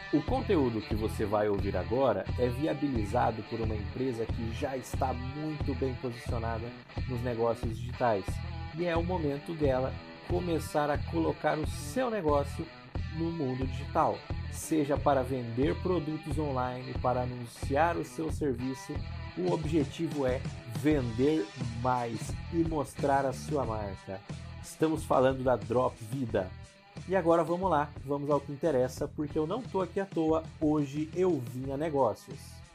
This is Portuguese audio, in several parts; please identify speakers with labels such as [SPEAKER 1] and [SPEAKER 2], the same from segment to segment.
[SPEAKER 1] O conteúdo que você vai ouvir agora é viabilizado por uma empresa que já está muito bem posicionada nos negócios digitais e é o momento dela começar a colocar o seu negócio no mundo digital, seja para vender produtos online, para anunciar o seu serviço. O objetivo é vender mais e mostrar a sua marca. Estamos falando da Drop Vida. E agora vamos lá, vamos ao que interessa, porque eu não estou aqui à toa, hoje eu vim a negócios.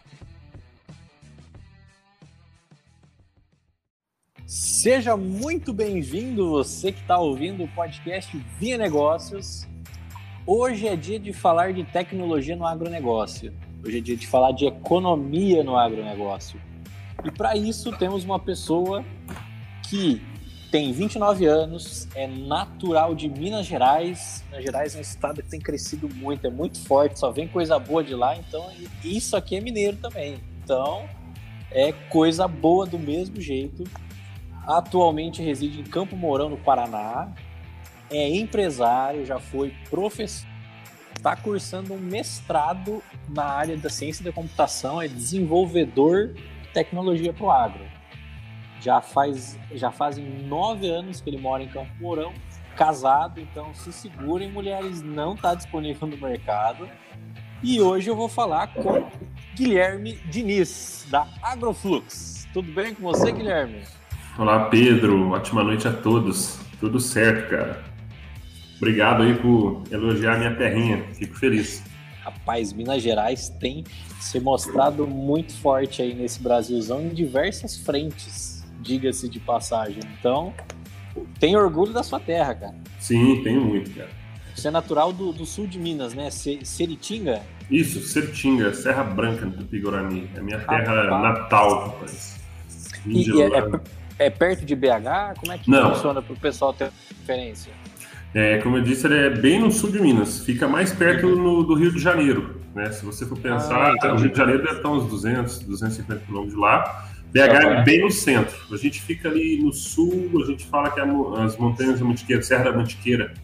[SPEAKER 1] Seja muito bem-vindo, você que está ouvindo o podcast Vinha Negócios. Hoje é dia de falar de tecnologia no agronegócio. Hoje é dia de falar de economia no agronegócio. E para isso temos uma pessoa que tem 29 anos, é natural de Minas Gerais. Minas Gerais é um estado que tem crescido muito, é muito forte, só vem coisa boa de lá. Então, isso aqui é mineiro também. Então, é coisa boa do mesmo jeito. Atualmente reside em Campo Mourão, no Paraná. É empresário, já foi professor. Está cursando um mestrado na área da ciência da computação, é desenvolvedor de tecnologia para o agro. Já fazem 9 anos que ele mora em Campo Mourão, casado, então se segurem, mulheres, não está disponível no mercado. E hoje eu vou falar com Guilherme Diniz, da Agroflux. Tudo bem com você, Guilherme?
[SPEAKER 2] Olá, Pedro. Ótima noite a todos. Tudo certo, cara. Obrigado aí por elogiar minha terrinha. Fico feliz.
[SPEAKER 1] Rapaz, Minas Gerais tem se mostrado muito forte aí nesse Brasilzão em diversas frentes. Diga-se de passagem. Então, tem orgulho da sua terra, cara.
[SPEAKER 2] Sim, tenho muito, cara.
[SPEAKER 1] Você é natural do sul de Minas, né? Seritinga?
[SPEAKER 2] Isso, Seritinga, Serra Branca, no Tupi-Guarani. É minha terra natal, rapaz.
[SPEAKER 1] E é perto de BH? Como é que funciona para o pessoal ter referência?
[SPEAKER 2] Como eu disse, ele é bem no sul de Minas. Fica mais perto do Rio de Janeiro, né? Se você for pensar, o Rio de Janeiro deve estar uns 200, 250 quilômetros de lá. BH é bem no centro. A gente fica ali no sul, a gente fala que as montanhas da Mantiqueira, Serra da Mantiqueira.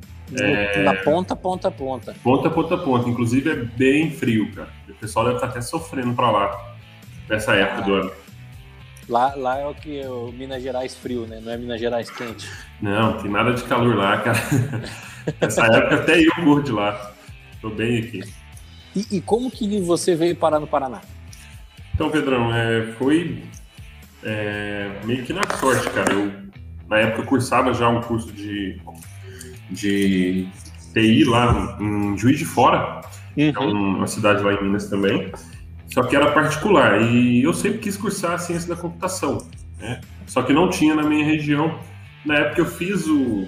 [SPEAKER 1] Na ponta.
[SPEAKER 2] Ponta. Inclusive é bem frio, cara. O pessoal deve estar até sofrendo pra lá, nessa época do ano.
[SPEAKER 1] Lá é o Minas Gerais frio, né? Não é Minas Gerais quente.
[SPEAKER 2] Não, tem nada de calor lá, cara. Nessa época até eu corro de lá. Tô bem aqui.
[SPEAKER 1] E como que você veio parar no Paraná?
[SPEAKER 2] Então, Pedrão, foi meio que na sorte, cara. Na época, eu cursava já um curso de TI lá em Juiz de Fora, que é uma cidade lá em Minas também, só que era particular. E eu sempre quis cursar a ciência da computação, né? Só que não tinha na minha região. Na época, eu fiz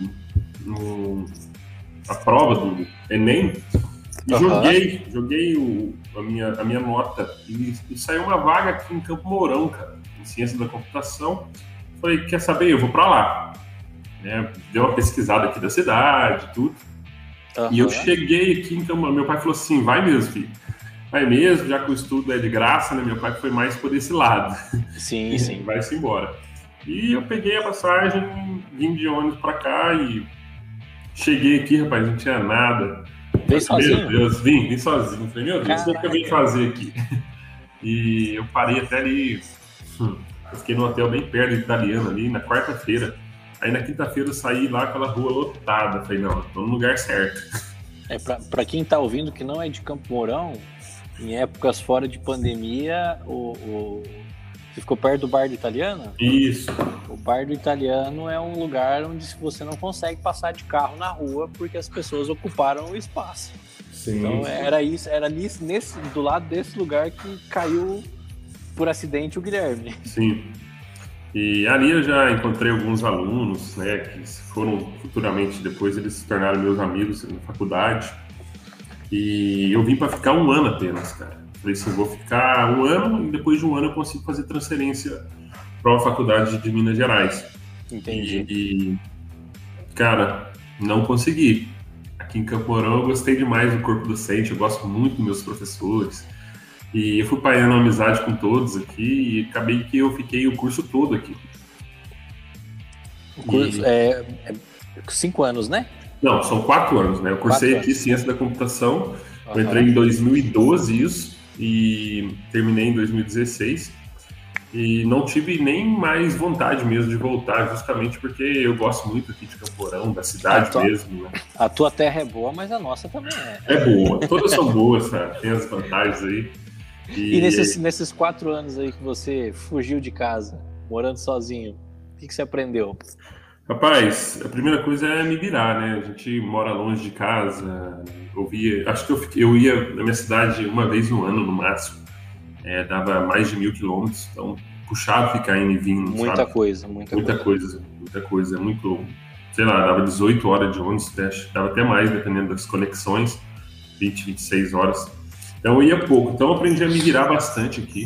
[SPEAKER 2] a prova do Enem e joguei a minha nota e saiu uma vaga aqui em Campo Mourão, cara, em ciência da computação. Falei, quer saber? Eu vou pra lá, né? Deu uma pesquisada aqui da cidade, tudo. E eu cheguei aqui em Campo Mourão. Meu pai falou assim, vai mesmo, filho. Vai mesmo, já que o estudo é de graça, né? Meu pai foi mais por esse lado.
[SPEAKER 1] Sim.
[SPEAKER 2] Vai-se embora. E eu peguei a passagem, vim de ônibus pra cá e cheguei aqui, rapaz, não tinha nada.
[SPEAKER 1] Veio sozinho?
[SPEAKER 2] Meu Deus, vim sozinho. Falei, meu Deus, o que eu vim fazer aqui? E eu parei até ali, eu fiquei num hotel bem perto, italiano ali, na quarta-feira. Aí na quinta-feira eu saí lá, aquela rua lotada. Falei, não, tô no lugar certo.
[SPEAKER 1] Pra quem tá ouvindo que não é de Campo Mourão, em épocas fora de pandemia, você ficou perto do Bar do Italiano?
[SPEAKER 2] Isso.
[SPEAKER 1] O Bar do Italiano é um lugar onde você não consegue passar de carro na rua porque as pessoas ocuparam o espaço.
[SPEAKER 2] Sim.
[SPEAKER 1] Então era do lado desse lugar que caiu por acidente o Guilherme.
[SPEAKER 2] Sim. E ali eu já encontrei alguns alunos, né, que foram futuramente, depois eles se tornaram meus amigos na faculdade. E eu vim para ficar 1 ano apenas, cara. Falei assim, vou ficar 1 ano e depois de 1 ano eu consigo fazer transferência para a faculdade de Minas Gerais.
[SPEAKER 1] Entendi.
[SPEAKER 2] E, cara, não consegui. Aqui em Campo Mourão eu gostei demais do corpo docente, eu gosto muito dos meus professores. E eu fui paiando amizade com todos aqui e acabei que eu fiquei o curso todo aqui.
[SPEAKER 1] O curso é 5 anos, né?
[SPEAKER 2] Não, são 4 anos, né? Eu cursei aqui Ciência da Computação Eu entrei em 2012 isso e terminei em 2016 e não tive nem mais vontade mesmo de voltar, justamente porque eu gosto muito aqui de Campo Mourão, da cidade mesmo, né?
[SPEAKER 1] A tua terra é boa, mas a nossa também é.
[SPEAKER 2] É boa, todas são boas, cara. Tem as vantagens aí.
[SPEAKER 1] E nesses 4 anos aí que você fugiu de casa, morando sozinho, o que você aprendeu?
[SPEAKER 2] Rapaz, a primeira coisa é me virar, né? A gente mora longe de casa. Acho que eu ia na minha cidade uma vez no ano, no máximo. Dava mais de 1.000 quilômetros, então puxado ficar indo e vindo,
[SPEAKER 1] muita
[SPEAKER 2] sabe?
[SPEAKER 1] Coisa.
[SPEAKER 2] Muita coisa. Muito, sei lá, dava 18 horas de ônibus, dava até mais, dependendo das conexões, 20, 26 horas. Então eu ia pouco, então eu aprendi a me virar bastante aqui.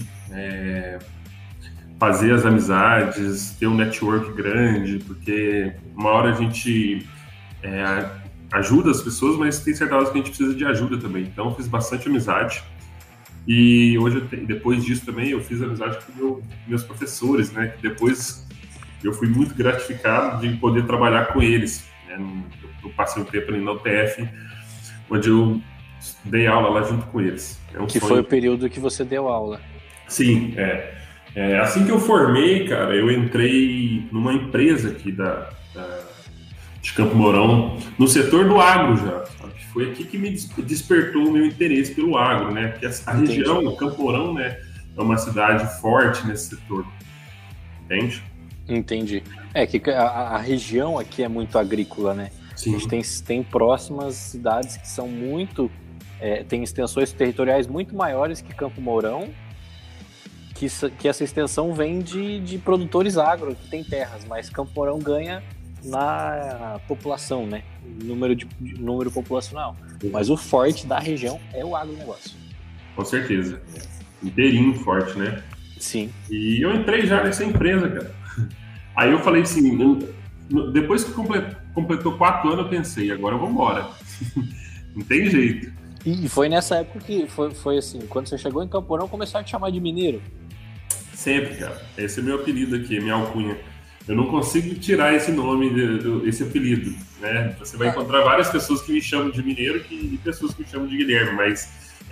[SPEAKER 2] Fazer as amizades, ter um network grande, porque uma hora a gente ajuda as pessoas, mas tem certas horas que a gente precisa de ajuda também. Então eu fiz bastante amizade. E hoje, depois disso também, eu fiz amizade com meus professores, né? Que depois eu fui muito gratificado de poder trabalhar com eles, né? Eu passei um tempo ali na UTF, onde eu dei aula lá junto com eles.
[SPEAKER 1] Foi o período que você deu aula.
[SPEAKER 2] Sim, assim que eu formei, cara, eu entrei numa empresa aqui de Campo Mourão, no setor do agro já. Foi aqui que me despertou o meu interesse pelo agro, né? Porque a região, o Campo Mourão, né, é uma cidade forte nesse setor. Entende?
[SPEAKER 1] Entendi. Que a região aqui é muito agrícola, né?
[SPEAKER 2] Sim.
[SPEAKER 1] A gente tem próximas cidades que são muito... tem extensões territoriais muito maiores que Campo Mourão, que essa extensão vem de produtores agro, que tem terras, mas Campo Mourão ganha na população, né? Número populacional. Mas o forte da região é o agronegócio.
[SPEAKER 2] Com certeza. Inteirinho forte, né?
[SPEAKER 1] Sim.
[SPEAKER 2] E eu entrei já nessa empresa, cara. Aí eu falei assim, depois que completou 4 anos, eu pensei, agora eu vou embora. Não tem jeito.
[SPEAKER 1] E foi nessa época que foi assim, quando você chegou em Campo Mourão, começaram a te chamar de mineiro?
[SPEAKER 2] Sempre, cara. Esse é meu apelido aqui, minha alcunha. Eu não consigo tirar esse nome, esse apelido, né? Você vai encontrar várias pessoas que me chamam de mineiro e pessoas que me chamam de Guilherme, mas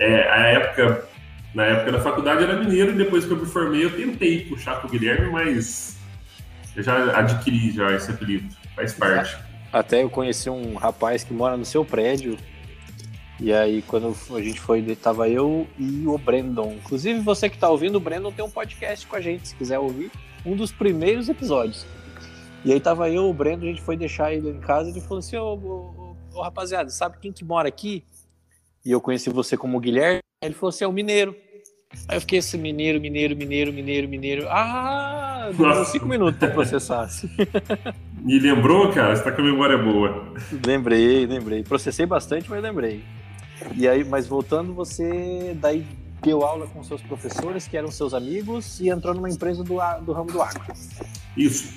[SPEAKER 2] na época da faculdade era mineiro, e depois que eu me formei eu tentei puxar pro Guilherme, mas eu já adquiri esse apelido, faz parte.
[SPEAKER 1] Até eu conheci um rapaz que mora no seu prédio, e aí quando a gente foi, tava eu e o Brandon. Inclusive você que tá ouvindo, o Brandon tem um podcast com a gente, se quiser ouvir. Um dos primeiros episódios. E aí tava eu, o Brendo, a gente foi deixar ele em casa e ele falou assim, ô rapaziada, sabe quem que mora aqui? E eu conheci você como Guilherme. Aí ele falou assim, é o mineiro. Aí eu fiquei assim, mineiro. Demorou 5 minutos pra processar. Assim.
[SPEAKER 2] Me lembrou, cara? Você tá com a memória boa.
[SPEAKER 1] Lembrei. Processei bastante, mas lembrei. E aí, mas voltando, você daí deu aula com seus professores, que eram seus amigos, e entrou numa empresa do ramo do agro.
[SPEAKER 2] Isso.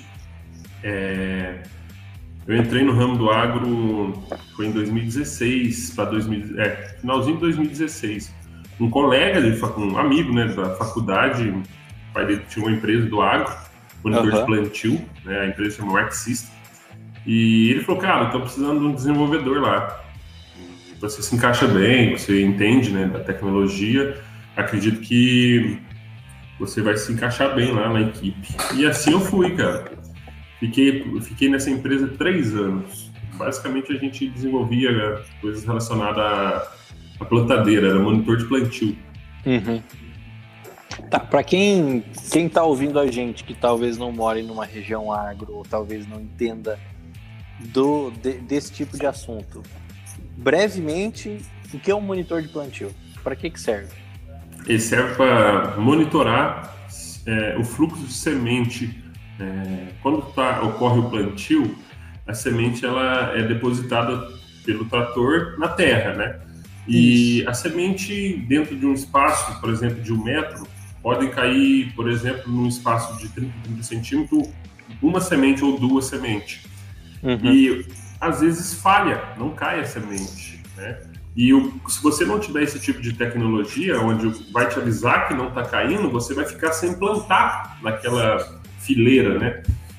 [SPEAKER 2] Eu entrei no ramo do agro, foi em 2016, finalzinho de 2016. Um colega, um amigo, né, da faculdade, o pai dele tinha uma empresa do agro, monitor de plantio, né, a empresa chama Work System, e ele falou, cara, eu tô precisando de um desenvolvedor lá. Você se encaixa bem, você entende, né, da tecnologia, acredito que você vai se encaixar bem lá na equipe. E assim eu fui, cara. Fiquei nessa empresa 3 anos. Basicamente a gente desenvolvia coisas relacionadas à plantadeira, era monitor de plantio.
[SPEAKER 1] Uhum. Tá, para quem tá ouvindo a gente, que talvez não more numa região agro, ou talvez não entenda desse tipo de assunto, brevemente, o que é um monitor de plantio? Para que serve?
[SPEAKER 2] Ele serve para monitorar o fluxo de semente. Quando ocorre o plantio, a semente ela é depositada pelo trator na terra, né? E a semente dentro de um espaço, por exemplo, de 1 metro, pode cair, por exemplo, num espaço de 30 centímetros, uma semente ou 2 sementes. Uhum. E às vezes falha, não cai a semente, né? E se você não tiver esse tipo de tecnologia, onde vai te avisar que não está caindo, você vai ficar sem plantar naquela fileira, né?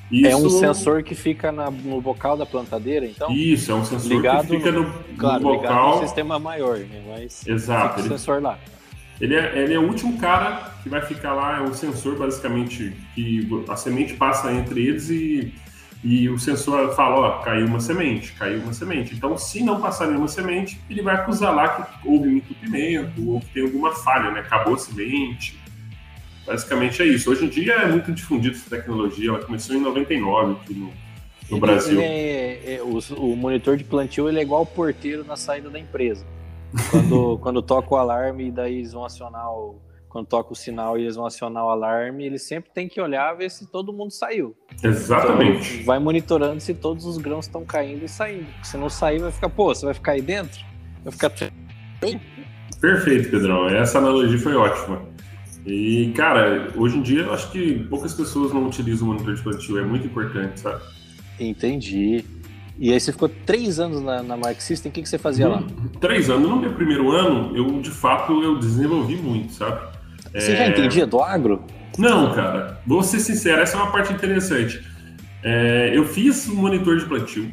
[SPEAKER 1] É um sensor que fica no bocal da plantadeira, então?
[SPEAKER 2] Isso, é um sensor
[SPEAKER 1] ligado
[SPEAKER 2] que fica no bocal.
[SPEAKER 1] Ligado no sistema maior, né? Mas
[SPEAKER 2] exato,
[SPEAKER 1] fica o sensor lá.
[SPEAKER 2] Ele é o último cara que vai ficar lá, é um sensor basicamente que a semente passa entre eles e o sensor fala, ó, caiu uma semente. Então, se não passar nenhuma semente, ele vai acusar lá que houve um entupimento ou que tem alguma falha, né? Acabou a semente. Basicamente é isso. Hoje em dia é muito difundida essa tecnologia, ela começou em 99 aqui no Brasil.
[SPEAKER 1] O monitor de plantio ele é igual o porteiro na saída da empresa. Quando toca o alarme e daí eles vão acionar quando toca o sinal e eles vão acionar o alarme, eles sempre tem que olhar ver se todo mundo saiu.
[SPEAKER 2] Exatamente.
[SPEAKER 1] Então, vai monitorando se todos os grãos estão caindo e saindo. Se não sair, vai ficar, você vai ficar aí dentro? Vai ficar...
[SPEAKER 2] Perfeito, Pedrão. Essa analogia foi ótima. E, cara, hoje em dia eu acho que poucas pessoas não utilizam o monitor de plantio. É muito importante, sabe?
[SPEAKER 1] Entendi. E aí você ficou 3 anos na Mark System, o que você fazia lá?
[SPEAKER 2] 3 anos. No meu primeiro ano, eu desenvolvi muito, sabe?
[SPEAKER 1] Você já entendia do agro?
[SPEAKER 2] Não, cara. Vou ser sincero, essa é uma parte interessante. Eu fiz o monitor de plantio.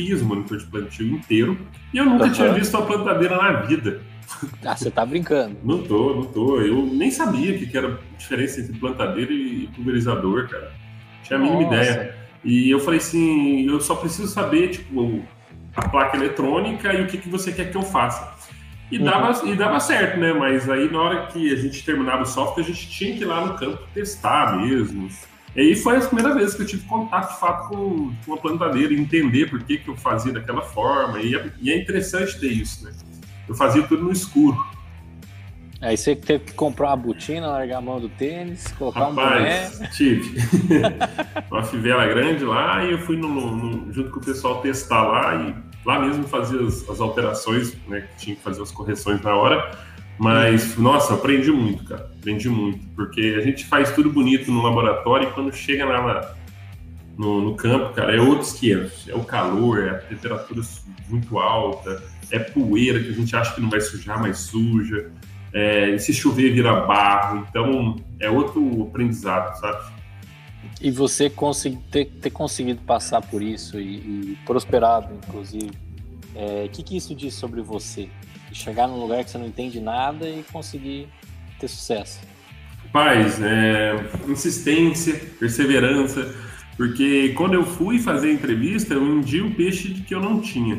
[SPEAKER 2] Inteiro. E eu nunca tinha visto uma plantadeira na vida.
[SPEAKER 1] Ah, você tá brincando.
[SPEAKER 2] Não tô. Eu nem sabia o que era a diferença entre plantadeira e pulverizador, cara. Tinha a mínima ideia. E eu falei assim, eu só preciso saber, tipo, a placa eletrônica e o que você quer que eu faça. E dava certo, né? Mas aí na hora que a gente terminava o software, a gente tinha que ir lá no campo testar mesmo. E aí foi a primeira vez que eu tive contato, de fato, com uma plantadeira e entender por que eu fazia daquela forma. E é interessante ter isso, né? Eu fazia tudo no escuro.
[SPEAKER 1] Aí você teve que comprar uma botina, largar a mão do tênis, colocar um boné.
[SPEAKER 2] Tive. Uma fivela grande lá e eu fui junto com o pessoal testar lá e lá mesmo fazia as alterações, né, que tinha que fazer as correções na hora. Mas, nossa, aprendi muito, cara. Aprendi muito. Porque a gente faz tudo bonito no laboratório e quando chega lá no campo, cara, é outros 500. É o calor, é a temperatura muito alta, é poeira que a gente acha que não vai sujar, mas suja. E se chover vira barro, então é outro aprendizado, sabe?
[SPEAKER 1] E você ter conseguido passar por isso e prosperado, inclusive, o que isso diz sobre você? Chegar num lugar que você não entende nada e conseguir ter sucesso?
[SPEAKER 2] Rapaz, insistência, perseverança, porque quando eu fui fazer a entrevista, eu vendi o peixe que eu não tinha.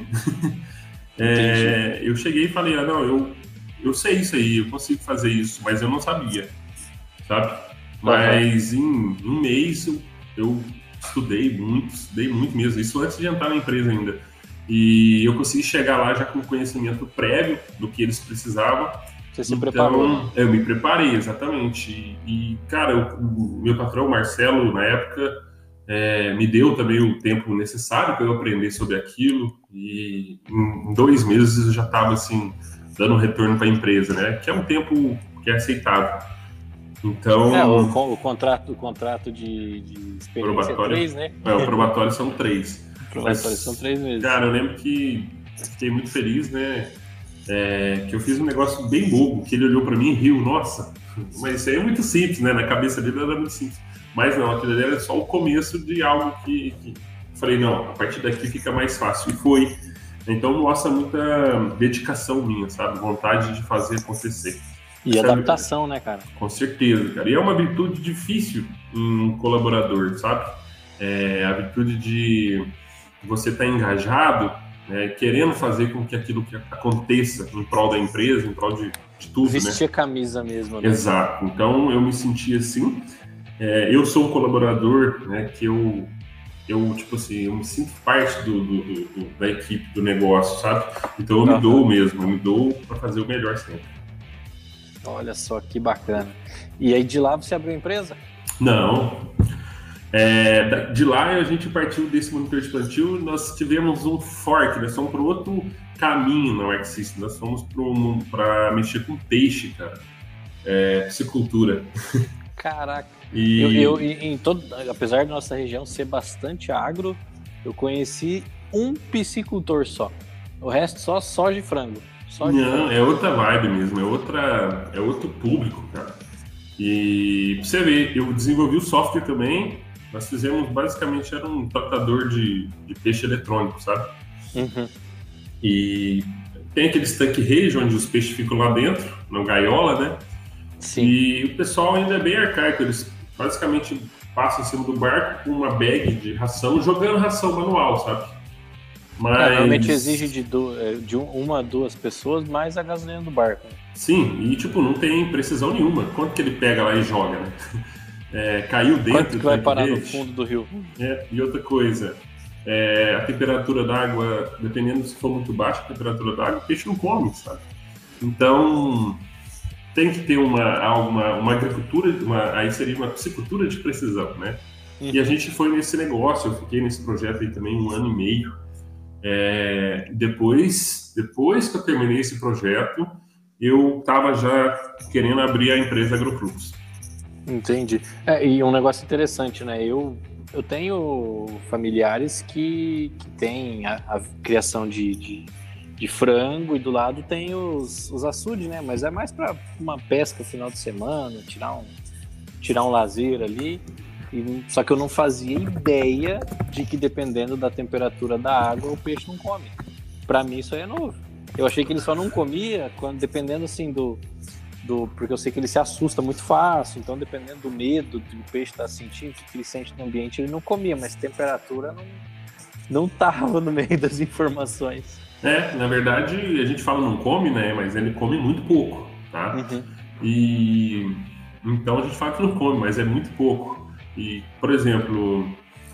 [SPEAKER 2] Eu cheguei e falei, eu sei isso aí, eu consigo fazer isso, mas eu não sabia, sabe? Mas em um mês eu estudei muito mesmo, isso antes de entrar na empresa ainda. E eu consegui chegar lá já com conhecimento prévio do que eles precisavam.
[SPEAKER 1] Você se preparou, né?
[SPEAKER 2] Eu me preparei, exatamente. E cara, o meu patrão, Marcelo, na época, me deu também o tempo necessário para eu aprender sobre aquilo. E em 2 meses eu já estava assim, dando um retorno para a empresa, né? Que é um tempo que é aceitável. Então,
[SPEAKER 1] o contrato de experiência é 3, né?
[SPEAKER 2] O probatório são 3.
[SPEAKER 1] São 3 meses.
[SPEAKER 2] Cara, eu lembro que fiquei muito feliz, né? Que eu fiz um negócio bem bobo, que ele olhou para mim e riu, nossa, mas isso aí é muito simples, né? Na cabeça dele era muito simples. Mas não, aquilo ali era só o começo de algo que falei, não, a partir daqui fica mais fácil. E foi. Então mostra muita dedicação minha, sabe? Vontade de fazer acontecer.
[SPEAKER 1] E adaptação, né, cara?
[SPEAKER 2] Com certeza, cara. E é uma virtude difícil em um colaborador, sabe? A virtude de você estar engajado, querendo fazer com que aquilo que aconteça em prol da empresa, em prol de tudo,
[SPEAKER 1] vestir a camisa mesmo, né?
[SPEAKER 2] Exato. Então eu me senti assim. Eu sou um colaborador, né, que eu tipo assim, eu me sinto parte da equipe do negócio, sabe? Então eu me dou mesmo, eu me dou para fazer o melhor sempre.
[SPEAKER 1] Olha só que bacana. E aí de lá você abriu a empresa?
[SPEAKER 2] Não. De lá a gente partiu desse monitor de plantio, nós tivemos um fork, nós fomos para outro caminho na Mark System, nós fomos para mexer com peixe, cara. Piscicultura.
[SPEAKER 1] Caraca.
[SPEAKER 2] E...
[SPEAKER 1] apesar da nossa região ser bastante agro, eu conheci um piscicultor só. O resto só soja e frango.
[SPEAKER 2] Não, é outra vibe mesmo, é outro público, cara. E pra você ver, eu desenvolvi o software também nós fizemos, basicamente, era um tratador de peixe eletrônico, sabe?
[SPEAKER 1] Uhum.
[SPEAKER 2] E tem aqueles tanque rage, onde os peixes ficam lá dentro, na gaiola, né?
[SPEAKER 1] Sim.
[SPEAKER 2] E o pessoal ainda é bem arcaico, eles basicamente passam em cima do barco com uma bag de ração, jogando ração manual, sabe? Mas...
[SPEAKER 1] normalmente exige de uma a duas pessoas, mais a gasolina do barco.
[SPEAKER 2] Sim, e tipo, não tem precisão nenhuma. Quanto que ele pega lá e joga, né? Caiu dentro.
[SPEAKER 1] Quanto que vai parar no fundo do rio?
[SPEAKER 2] E outra coisa, a temperatura da água, dependendo se for muito baixa a temperatura da água, o peixe não come, sabe? Então, tem que ter uma agricultura, aí seria uma piscicultura de precisão, né?
[SPEAKER 1] Uhum.
[SPEAKER 2] E a gente foi nesse negócio, eu fiquei nesse projeto aí também 1 ano e meio. Depois que eu terminei esse projeto, eu estava já querendo abrir a empresa Agroflux.
[SPEAKER 1] Entendi. E um negócio interessante, né? Eu tenho familiares que têm a criação de frango, e do lado tem os açudes, né? Mas é mais para uma pesca final de semana, tirar um lazer ali. Só que eu não fazia ideia de que, dependendo da temperatura da água, o peixe não come. Para mim isso aí é novo. Eu achei que ele só não comia dependendo assim porque eu sei que ele se assusta muito fácil, então dependendo do medo que o peixe está sentindo, que ele sente no ambiente, ele não comia, mas temperatura não tava no meio das informações.
[SPEAKER 2] Na verdade, a gente fala não come, né? Mas ele come muito pouco, tá?
[SPEAKER 1] Uhum.
[SPEAKER 2] E então a gente fala que não come, mas é muito pouco. E, por exemplo,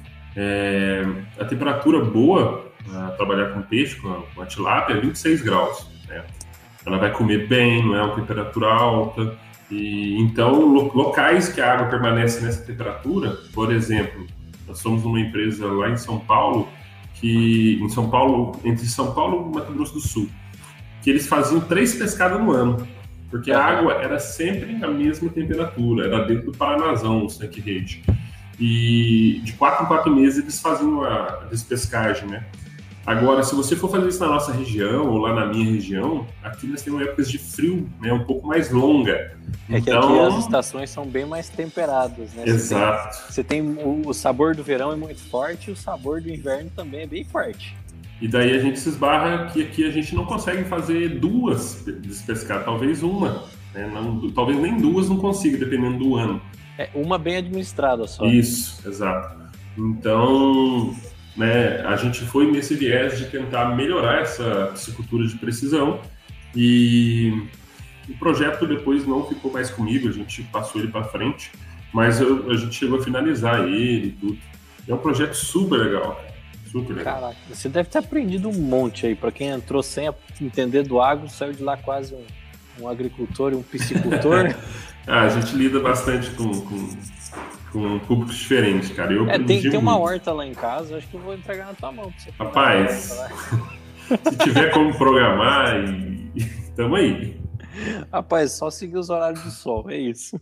[SPEAKER 2] a temperatura boa para trabalhar com peixe, com a tilápia, é 26 graus, né? Ela vai comer bem, não é uma temperatura alta. E então, locais que a água permanece nessa temperatura, por exemplo, nós somos uma empresa lá em São Paulo, entre São Paulo e Mato Grosso do Sul, que eles faziam 3 pescadas no ano, porque a água era sempre na mesma temperatura, era dentro do Paranazão, o tanque rede. E de 4 em 4 meses eles faziam a despescagem, né? Agora, se você for fazer isso na nossa região, ou lá na minha região, aqui nós temos épocas de frio, né, um pouco mais longa.
[SPEAKER 1] Que aqui as estações são bem mais temperadas, né?
[SPEAKER 2] Exato.
[SPEAKER 1] Você tem o sabor do verão é muito forte, e o sabor do inverno também é bem forte.
[SPEAKER 2] E daí a gente se esbarra que aqui a gente não consegue fazer 2 despescadas, talvez uma, né? Talvez nem 2 não consiga, dependendo do ano.
[SPEAKER 1] Uma bem administrada só.
[SPEAKER 2] Isso, exato. Então, né, a gente foi nesse viés de tentar melhorar essa piscicultura de precisão, e o projeto depois não ficou mais comigo, a gente passou ele para frente, mas a gente chegou a finalizar ele e tudo. É um projeto super legal, super legal.
[SPEAKER 1] Caraca, você deve ter aprendido um monte aí. Para quem entrou sem entender do agro, saiu de lá quase um agricultor e um piscicultor.
[SPEAKER 2] A gente lida bastante com públicos diferentes, cara. Eu
[SPEAKER 1] tem uma horta lá em casa, acho que eu vou entregar na tua mão pra você.
[SPEAKER 2] Rapaz, se tiver como programar, tamo aí.
[SPEAKER 1] Rapaz, só seguir os horários do sol, é isso.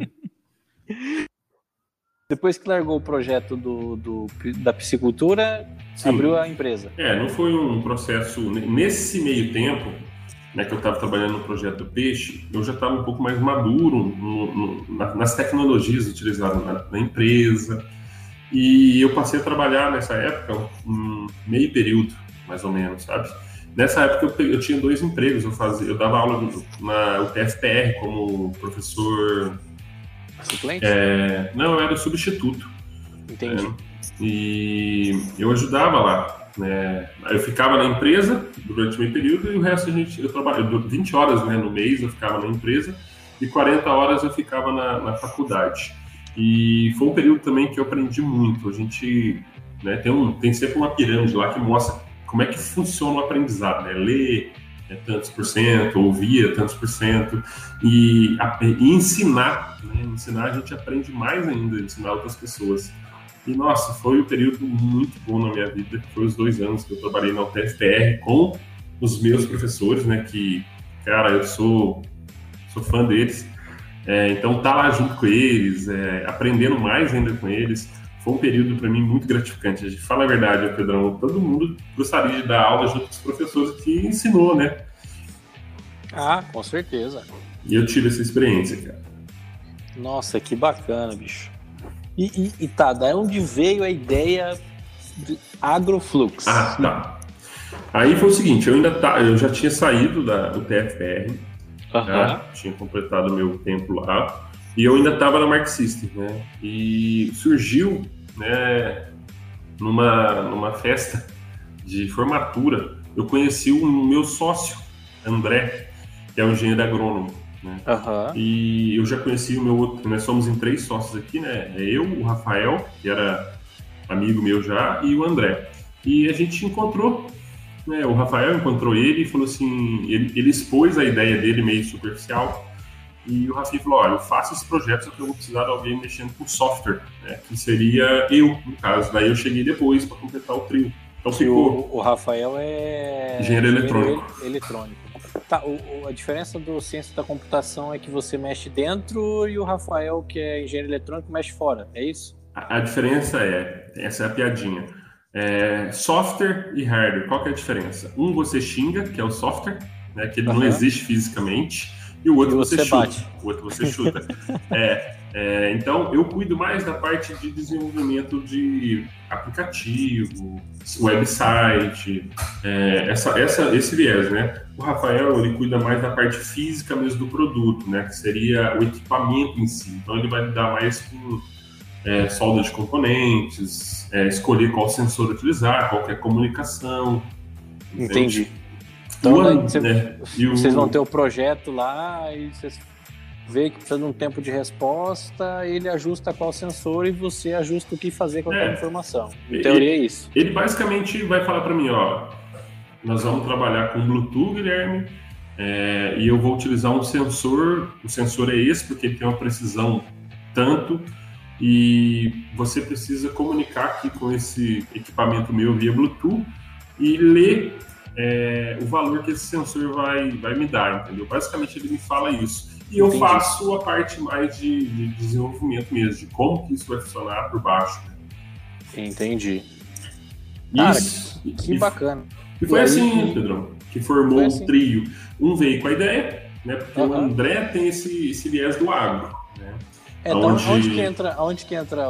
[SPEAKER 1] Depois que largou o projeto da piscicultura, sim, abriu a empresa.
[SPEAKER 2] Não foi um processo... Nesse meio tempo, né, que eu estava trabalhando no projeto do peixe, eu já estava um pouco mais maduro nas tecnologias utilizadas na empresa, e eu passei a trabalhar nessa época um meio período, mais ou menos, sabe? Nessa época eu tinha 2 empregos, eu dava aula na UTFPR como professor...
[SPEAKER 1] Suplente?
[SPEAKER 2] Não, eu era substituto.
[SPEAKER 1] Entendi.
[SPEAKER 2] E eu ajudava lá, né? Eu ficava na empresa durante o meio período, e o resto eu trabalhava 20 horas, né, no mês eu ficava na empresa, e 40 horas eu ficava na faculdade. E foi um período também que eu aprendi muito. A gente, né, tem sempre uma pirâmide lá que mostra como é que funciona o aprendizado, né? Ler tantos por cento, ouvir tantos por cento, e ensinar, né? Ensinar, a gente aprende mais ainda, ensinar outras pessoas. E, nossa, foi um período muito bom na minha vida. Foi os 2 anos que eu trabalhei na UTFPR com os meus professores, né? Que, cara, eu sou fã deles. Então, tá lá junto com eles, aprendendo mais ainda com eles, foi um período para mim muito gratificante. A gente fala a verdade, Pedrão, todo mundo gostaria de dar aula junto com os professores que ensinou, né?
[SPEAKER 1] Com certeza.
[SPEAKER 2] E eu tive essa experiência, cara.
[SPEAKER 1] Nossa, que bacana, bicho. Tá, daí onde veio a ideia de Agroflux?
[SPEAKER 2] Ah, tá. Aí foi o seguinte, eu já tinha saído do TFR, tá? Tinha completado o meu tempo lá, e eu ainda estava na Mark System, né? E surgiu, né, numa festa de formatura, eu conheci o meu sócio, André, que é um engenheiro agrônomo, né? E eu já conheci o meu outro, nós somos em 3 sócios aqui, né? É eu, o Rafael, que era amigo meu já, e o André. E a gente encontrou, né? O Rafael encontrou ele e falou assim, ele expôs a ideia dele meio superficial, e o Rafinha falou, olha, eu faço esse projeto, só que eu vou precisar de alguém mexendo com software, né? Que seria eu, no caso. Daí eu cheguei depois para completar o trio. Então ficou...
[SPEAKER 1] O Rafael é...
[SPEAKER 2] engenheiro eletrônico.
[SPEAKER 1] Tá, a diferença do ciência da computação é que você mexe dentro e o Rafael, que é engenheiro eletrônico, mexe fora, é isso?
[SPEAKER 2] A diferença essa é a piadinha, software e hardware, qual que é a diferença? Um você xinga, que é o software, né, que ele não existe fisicamente, e o outro você chuta.
[SPEAKER 1] Bate.
[SPEAKER 2] O outro você chuta. Então, eu cuido mais da parte de desenvolvimento de aplicativo, website, esse viés, né? O Rafael, ele cuida mais da parte física mesmo do produto, né? Que seria o equipamento em si. Então, ele vai lidar mais com solda de componentes, escolher qual sensor utilizar, qual que é a comunicação.
[SPEAKER 1] Entendi. Então, vocês vão ter o projeto lá e vocês vê que precisa de um tempo de resposta, ele ajusta qual sensor e você ajusta o que fazer com aquela informação. Em teoria é isso.
[SPEAKER 2] Ele basicamente vai falar para mim, ó, nós vamos trabalhar com Bluetooth, Guilherme, e eu vou utilizar um sensor, o sensor é esse, porque ele tem uma precisão tanto, e você precisa comunicar aqui com esse equipamento meu via Bluetooth e ler o valor que esse sensor vai me dar, entendeu? Basicamente ele me fala isso. E eu faço a parte mais de desenvolvimento mesmo, de como que isso vai funcionar por baixo. Né?
[SPEAKER 1] Entendi. Cara, que bacana.
[SPEAKER 2] E foi assim, Pedrão, que formou o trio. Um veio com a ideia, né? Porque o André tem esse viés do agro. Né?
[SPEAKER 1] Onde que entra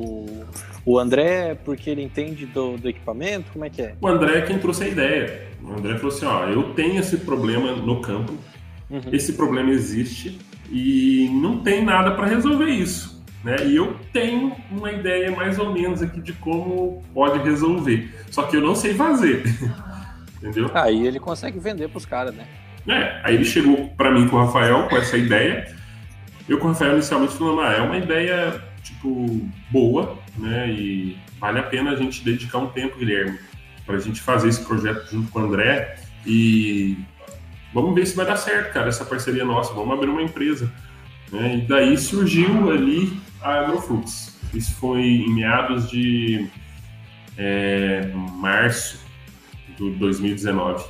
[SPEAKER 1] o André, porque ele entende do equipamento? Como é que é?
[SPEAKER 2] O André é quem trouxe a ideia. O André falou assim, ó, eu tenho esse problema no campo, esse problema existe e não tem nada para resolver isso, né? E eu tenho uma ideia mais ou menos aqui de como pode resolver, só que eu não sei fazer, entendeu?
[SPEAKER 1] Aí ele consegue vender para os caras, né?
[SPEAKER 2] Aí ele chegou para mim com o Rafael com essa ideia. Eu com o Rafael inicialmente falando, é uma ideia tipo boa, né? E vale a pena a gente dedicar um tempo, Guilherme, para a gente fazer esse projeto junto com o André e vamos ver se vai dar certo, cara, essa parceria nossa, vamos abrir uma empresa. Né? E daí surgiu ali a Agroflux. Isso foi em meados de março de 2019.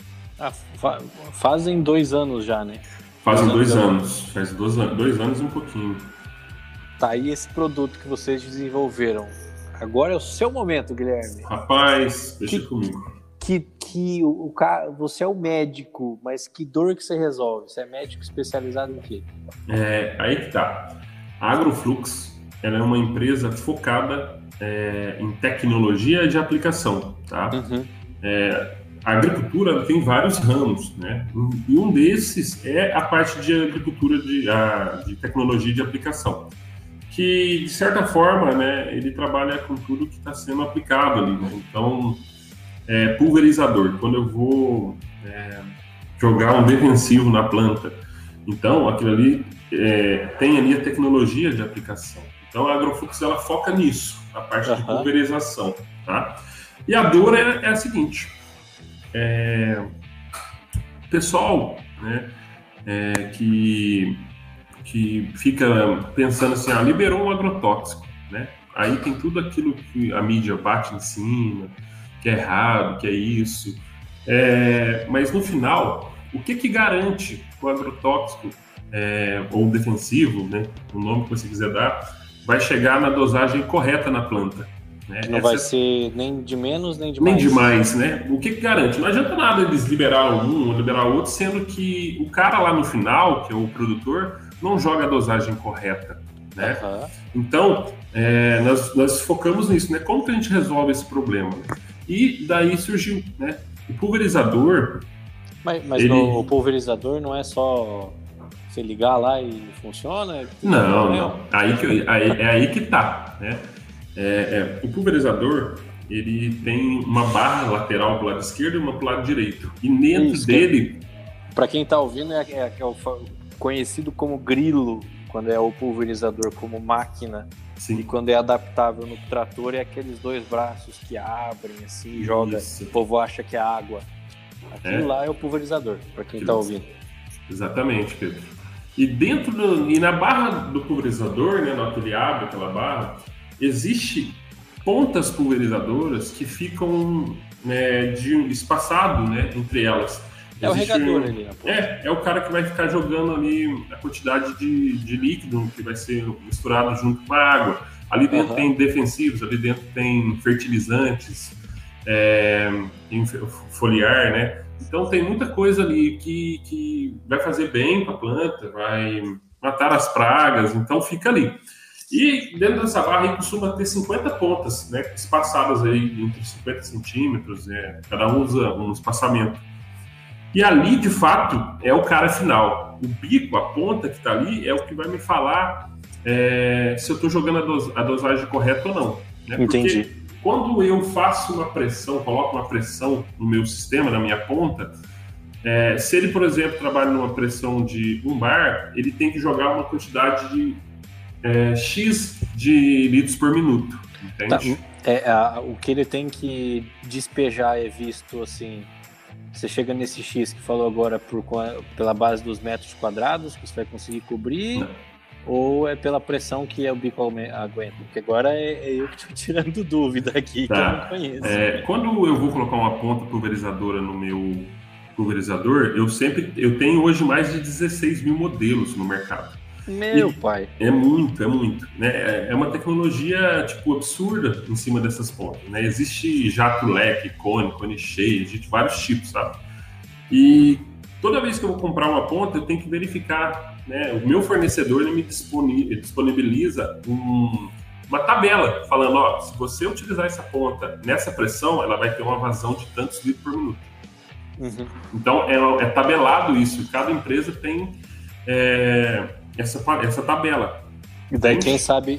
[SPEAKER 1] Fazem 2 anos já, né?
[SPEAKER 2] Fazem 2 anos. Faz 2 anos e um pouquinho.
[SPEAKER 1] Tá, aí esse produto que vocês desenvolveram, agora é o seu momento, Guilherme.
[SPEAKER 2] Rapaz, deixa comigo.
[SPEAKER 1] O cara, você é o médico, mas que dor que você resolve? Você é médico especializado em quê?
[SPEAKER 2] Aí que tá. A Agroflux, ela é uma empresa focada em tecnologia de aplicação, tá? A agricultura ela tem vários ramos, né? E um desses é a parte de agricultura de tecnologia de aplicação, que de certa forma, né, ele trabalha com tudo que está sendo aplicado ali, né? Então, pulverizador, quando eu vou jogar um defensivo na planta, então aquilo ali tem ali a tecnologia de aplicação. Então a Agroflux ela foca nisso, a parte de pulverização, tá? E a dor é a seguinte: pessoal, né, que fica pensando assim, liberou um agrotóxico, né? Aí tem tudo aquilo que a mídia bate em cima, que é errado, que é isso. Mas no final, o que garante que o agrotóxico ou defensivo, né, o nome que você quiser dar, vai chegar na dosagem correta na planta? Né?
[SPEAKER 1] Não vai ser nem de menos, nem de mais.
[SPEAKER 2] Nem de mais, né? O que garante? Não adianta nada eles liberar um ou liberar outro, sendo que o cara lá no final, que é o produtor, não joga a dosagem correta, né? Então, nós focamos nisso, né? Como que a gente resolve esse problema? E daí surgiu, né? O pulverizador...
[SPEAKER 1] Mas no pulverizador não é só você ligar lá e funciona?
[SPEAKER 2] Não. Aí que tá, né? O pulverizador, ele tem uma barra lateral pro lado esquerdo e uma pro lado direito. E dentro dele...
[SPEAKER 1] Para quem tá ouvindo, é o conhecido como grilo, quando é o pulverizador como máquina. Sim. E quando é adaptável no trator, é aqueles dois braços que abrem assim, joga. O povo acha que é água. Aquilo lá é o pulverizador, para quem está ouvindo.
[SPEAKER 2] Exatamente, Pedro. E na barra do pulverizador, né, na hora que ele abre aquela barra, existe pontas pulverizadoras que ficam espaçado, né, entre elas.
[SPEAKER 1] É o regador ali na ponta.
[SPEAKER 2] É o cara que vai ficar jogando ali a quantidade de líquido que vai ser misturado junto com a água. Ali dentro tem defensivos, ali dentro tem fertilizantes, tem foliar, né? Então tem muita coisa ali que vai fazer bem para a planta, vai matar as pragas, então fica ali. E dentro dessa barra aí costuma ter 50 pontas, né, espaçadas aí entre 50 centímetros, cada um usa um espaçamento. E ali, de fato, é o cara final. O bico, a ponta que está ali, é o que vai me falar se eu estou jogando a dosagem correta ou não. Né?
[SPEAKER 1] Entendi.
[SPEAKER 2] Porque quando eu faço uma pressão, coloco uma pressão no meu sistema, na minha ponta, se ele, por exemplo, trabalha numa pressão de 1 bar, ele tem que jogar uma quantidade de X de litros por minuto, entende?
[SPEAKER 1] Tá. O que ele tem que despejar é visto assim, você chega nesse X que falou agora pela base dos metros quadrados que você vai conseguir cobrir? Não. Ou é pela pressão que o bico aguenta? Porque agora eu que estou tirando dúvida aqui, que eu não conheço.
[SPEAKER 2] Quando eu vou colocar uma ponta pulverizadora no meu pulverizador, eu tenho hoje mais de 16 mil modelos no mercado.
[SPEAKER 1] Pai.
[SPEAKER 2] É muito, né? É uma tecnologia, absurda em cima dessas pontas, né? Existe jato leque, cone cheio, existe vários tipos, sabe? E toda vez que eu vou comprar uma ponta, eu tenho que verificar, né? O meu fornecedor, ele me disponibiliza uma tabela, falando, se você utilizar essa ponta nessa pressão, ela vai ter uma vazão de tantos litros por minuto. Uhum. Então, é tabelado isso. Cada empresa tem essa tabela.
[SPEAKER 1] E daí quem sabe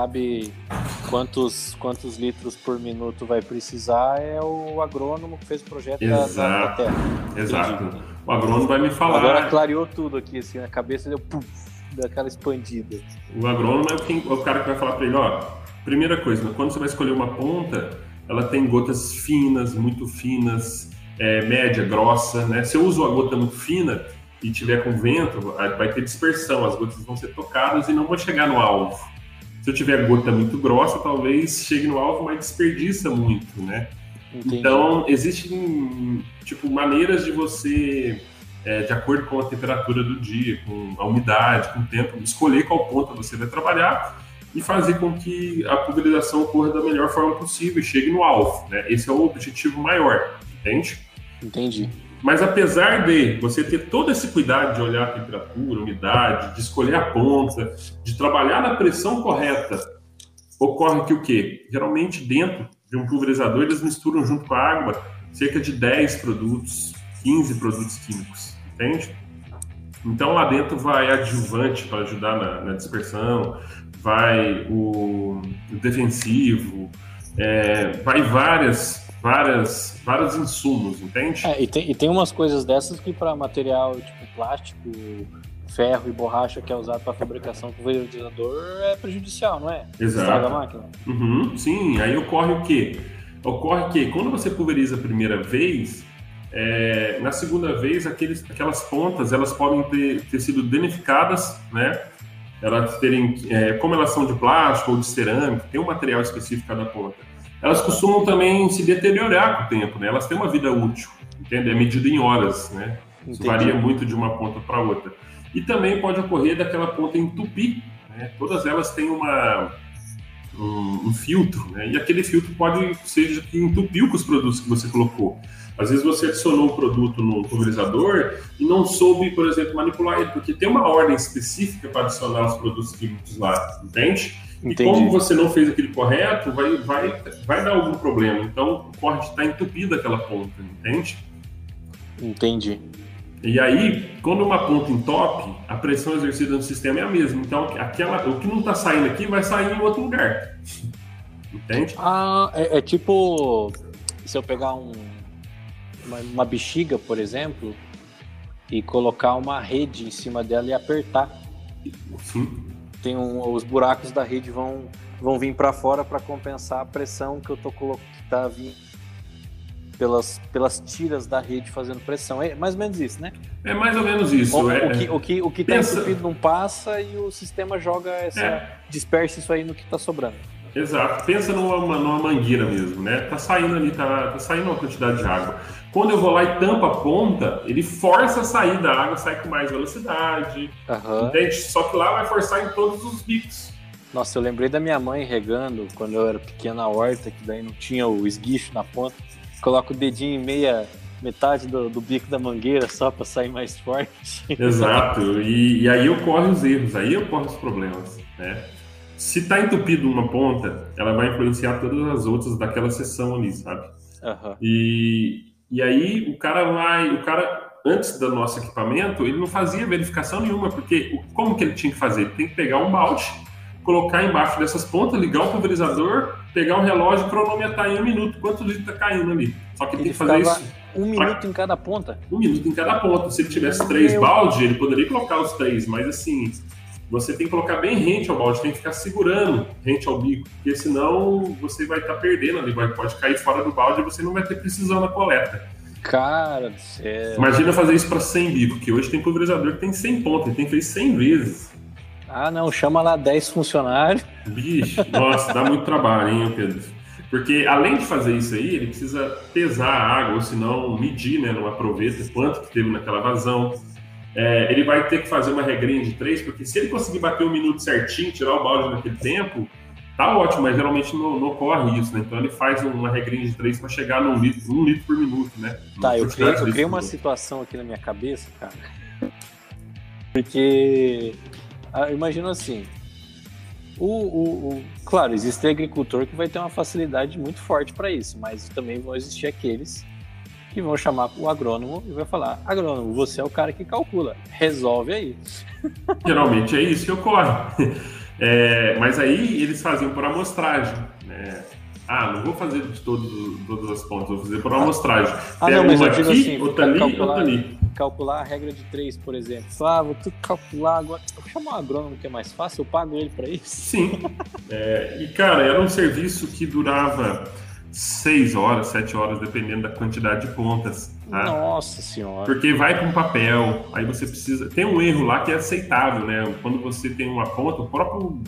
[SPEAKER 1] quantos litros por minuto vai precisar é o agrônomo que fez o projeto da terra.
[SPEAKER 2] Exato. Entendi. O agrônomo vai me falar.
[SPEAKER 1] Agora clareou tudo aqui, assim, a cabeça deu aquela expandida.
[SPEAKER 2] O agrônomo é o cara que vai falar para ele, primeira coisa, quando você vai escolher uma ponta, ela tem gotas finas, muito finas, média, grossa, né? Se eu uso uma gota muito fina e tiver com vento, vai ter dispersão, as gotas vão ser tocadas e não vão chegar no alvo. Se eu tiver gota muito grossa, talvez chegue no alvo, mas desperdiça muito, né? Entendi. Então, existem maneiras de você, de acordo com a temperatura do dia, com a umidade, com o tempo, escolher qual ponta você vai trabalhar e fazer com que a pulverização ocorra da melhor forma possível e chegue no alvo, né? Esse é o objetivo maior, entende?
[SPEAKER 1] Entendi.
[SPEAKER 2] Mas apesar de você ter todo esse cuidado de olhar a temperatura, umidade, de escolher a ponta, de trabalhar na pressão correta, ocorre que o quê? Geralmente dentro de um pulverizador eles misturam junto com a água cerca de 10 produtos, 15 produtos químicos, entende? Então lá dentro vai adjuvante para ajudar na dispersão, vai o defensivo, vai vários insumos, entende?
[SPEAKER 1] E tem umas coisas dessas que para material tipo plástico, ferro e borracha que é usado para fabricação do pulverizador é prejudicial, não é?
[SPEAKER 2] Exato.
[SPEAKER 1] Estraga a máquina.
[SPEAKER 2] Uhum, sim, aí ocorre o quê? Ocorre que quando você pulveriza a primeira vez, na segunda vez aquelas pontas elas podem ter sido danificadas, né? Elas terem, como elas são de plástico ou de cerâmica, tem um material específico cada ponta. Elas costumam também se deteriorar com o tempo, né? Elas têm uma vida útil, entende? É medida em horas, né? Isso varia muito de uma ponta para outra. E também pode ocorrer daquela ponta entupir, né? Todas elas têm um filtro, né? E aquele filtro pode ser que entupiu com os produtos que você colocou. Às vezes você adicionou o produto no pulverizador e não soube, por exemplo, manipular ele, porque tem uma ordem específica para adicionar os produtos químicos lá, entende? E como você não fez aquele correto, vai dar algum problema. Então, pode estar entupido aquela ponta, entende?
[SPEAKER 1] Entendi.
[SPEAKER 2] E aí, quando uma ponta entope, a pressão exercida no sistema é a mesma. Então, o que não está saindo aqui vai sair em outro lugar. Entende?
[SPEAKER 1] É tipo, se eu pegar uma bexiga, por exemplo, e colocar uma rede em cima dela e apertar.
[SPEAKER 2] Sim.
[SPEAKER 1] Os buracos da rede vão vir para fora para compensar a pressão que eu tô colocando, que tá vindo pelas tiras da rede fazendo pressão. É mais ou menos isso, né?
[SPEAKER 2] É mais ou menos isso.
[SPEAKER 1] O que tá entupido não passa e o sistema joga dispersa isso aí no que tá sobrando.
[SPEAKER 2] Exato. Pensa numa mangueira mesmo, né? Tá saindo ali, tá saindo uma quantidade de água. Quando eu vou lá e tampo a ponta, ele força a sair da água, sai com mais velocidade. Entende? Só que lá vai forçar em todos os bicos.
[SPEAKER 1] Nossa, eu lembrei da minha mãe regando quando eu era pequeno na horta, que daí não tinha o esguicho na ponta. Coloca o dedinho em metade do bico da mangueira só para sair mais forte.
[SPEAKER 2] Exato. E aí ocorrem os erros, aí ocorrem os problemas, né? Se está entupido uma ponta, ela vai influenciar todas as outras daquela seção ali, sabe? E aí o cara, antes do nosso equipamento, ele não fazia verificação nenhuma, porque como que ele tinha que fazer? Ele tem que pegar um balde, colocar embaixo dessas pontas, ligar o pulverizador, pegar um relógio e cronometrar em 1 minuto quanto litro está caindo ali. Só que ele tem que fazer isso.
[SPEAKER 1] 1 minuto em cada ponta?
[SPEAKER 2] 1 minuto em cada ponta. Se ele tivesse 3 baldes, ele poderia colocar os 3, mas assim, você tem que colocar bem rente ao balde, tem que ficar segurando rente ao bico, porque senão você vai estar perdendo ali, pode cair fora do balde e você não vai ter precisão na coleta.
[SPEAKER 1] Cara do céu.
[SPEAKER 2] Imagina fazer isso para 100 bicos, que hoje tem pulverizador que tem 100 pontas, ele tem que fazer 100 vezes.
[SPEAKER 1] Ah, não, chama lá 10 funcionários.
[SPEAKER 2] Bicho, nossa, dá muito trabalho, hein, Pedro? Porque além de fazer isso aí, ele precisa pesar a água, ou senão medir, né, numa proveta, quanto que teve naquela vazão. Ele vai ter que fazer uma regrinha de 3, porque se ele conseguir bater 1 minuto certinho, tirar o balde naquele tempo, tá ótimo, mas geralmente não ocorre isso, né? Então ele faz uma regrinha de 3 para chegar num 1 litro por minuto, né?
[SPEAKER 1] Tá, eu criei uma situação aqui na minha cabeça, cara. Porque, imagina assim, claro, existe agricultor que vai ter uma facilidade muito forte para isso, mas também vão existir aqueles que vão chamar o agrônomo e vai falar: agrônomo, você é o cara que calcula, resolve aí. Geralmente é isso que ocorre.
[SPEAKER 2] Mas aí eles faziam por amostragem, né? Não vou fazer de todas as pontas, vou fazer por amostragem.
[SPEAKER 1] Não, mas eu digo
[SPEAKER 2] aqui,
[SPEAKER 1] assim,
[SPEAKER 2] outra ali.
[SPEAKER 1] Calcular a regra de 3, por exemplo. Vou ter que calcular agora. Eu vou chamar um agrônomo que é mais fácil, eu pago ele para isso.
[SPEAKER 2] Sim. E cara, era um serviço que durava 6 horas, 7 horas, dependendo da quantidade de pontas. Tá?
[SPEAKER 1] Nossa senhora.
[SPEAKER 2] Porque vai com papel, aí você precisa... Tem um erro lá que é aceitável, né? Quando você tem uma ponta, o próprio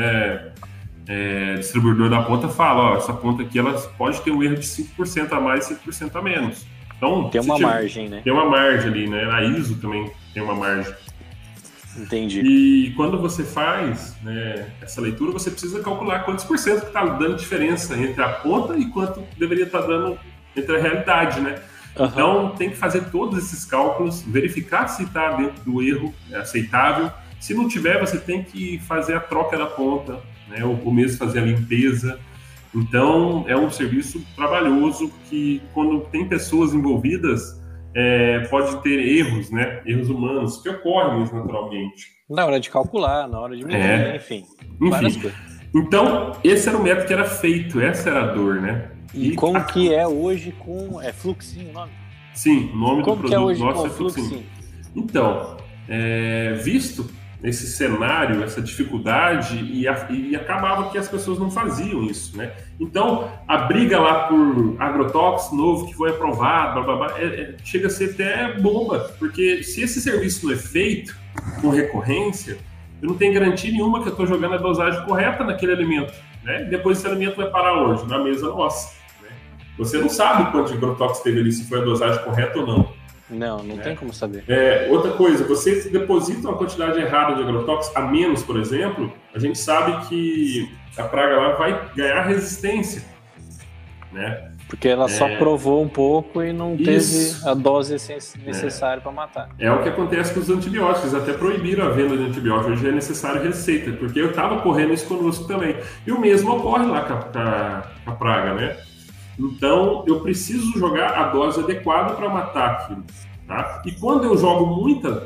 [SPEAKER 2] distribuidor da ponta fala, essa ponta aqui ela pode ter um erro de 5% a mais e 5% a menos. Então,
[SPEAKER 1] tem uma margem, né?
[SPEAKER 2] Tem uma margem ali, né? A ISO também tem uma margem.
[SPEAKER 1] Entendi.
[SPEAKER 2] E quando você faz, né, essa leitura, você precisa calcular quantos por cento que está dando diferença entre a ponta e quanto deveria estar dando entre a realidade, né? Então, tem que fazer todos esses cálculos, verificar se está dentro do erro aceitável. Se não tiver, você tem que fazer a troca da ponta, né, ou mesmo fazer a limpeza. Então, é um serviço trabalhoso que, quando tem pessoas envolvidas, pode ter erros, né? Erros humanos, que ocorrem mesmo naturalmente.
[SPEAKER 1] Na hora de calcular, na hora de medir, enfim. Várias coisas.
[SPEAKER 2] Então, esse era o método que era feito, essa era a dor, né?
[SPEAKER 1] E como que é hoje com... É Fluxin o nome?
[SPEAKER 2] Sim, o nome do produto nosso
[SPEAKER 1] é
[SPEAKER 2] Fluxin. Então, visto esse cenário, essa dificuldade, e acabava que as pessoas não faziam isso, né? Então, a briga lá por agrotóxico novo que foi aprovado, blá, blá, blá, chega a ser até bomba, porque se esse serviço não é feito com recorrência, eu não tenho garantia nenhuma que eu estou jogando a dosagem correta naquele alimento, né? Depois esse alimento vai parar onde? Na mesa nossa, né? Você não sabe quanto de agrotóxico teve ali, se foi a dosagem correta ou não.
[SPEAKER 1] Não tem como saber.
[SPEAKER 2] Outra coisa, você deposita uma quantidade errada de agrotóxicos, a menos, por exemplo, a gente sabe que a praga lá vai ganhar resistência, né?
[SPEAKER 1] Porque ela só provou um pouco e não
[SPEAKER 2] Isso.
[SPEAKER 1] teve a dose necessária para matar.
[SPEAKER 2] É o que acontece com os antibióticos, até proibiram a venda de antibióticos, hoje é necessário receita, porque eu estava correndo isso conosco também. E o mesmo ocorre lá com a praga, né? Então, eu preciso jogar a dose adequada para matar aquilo, tá? E quando eu jogo muito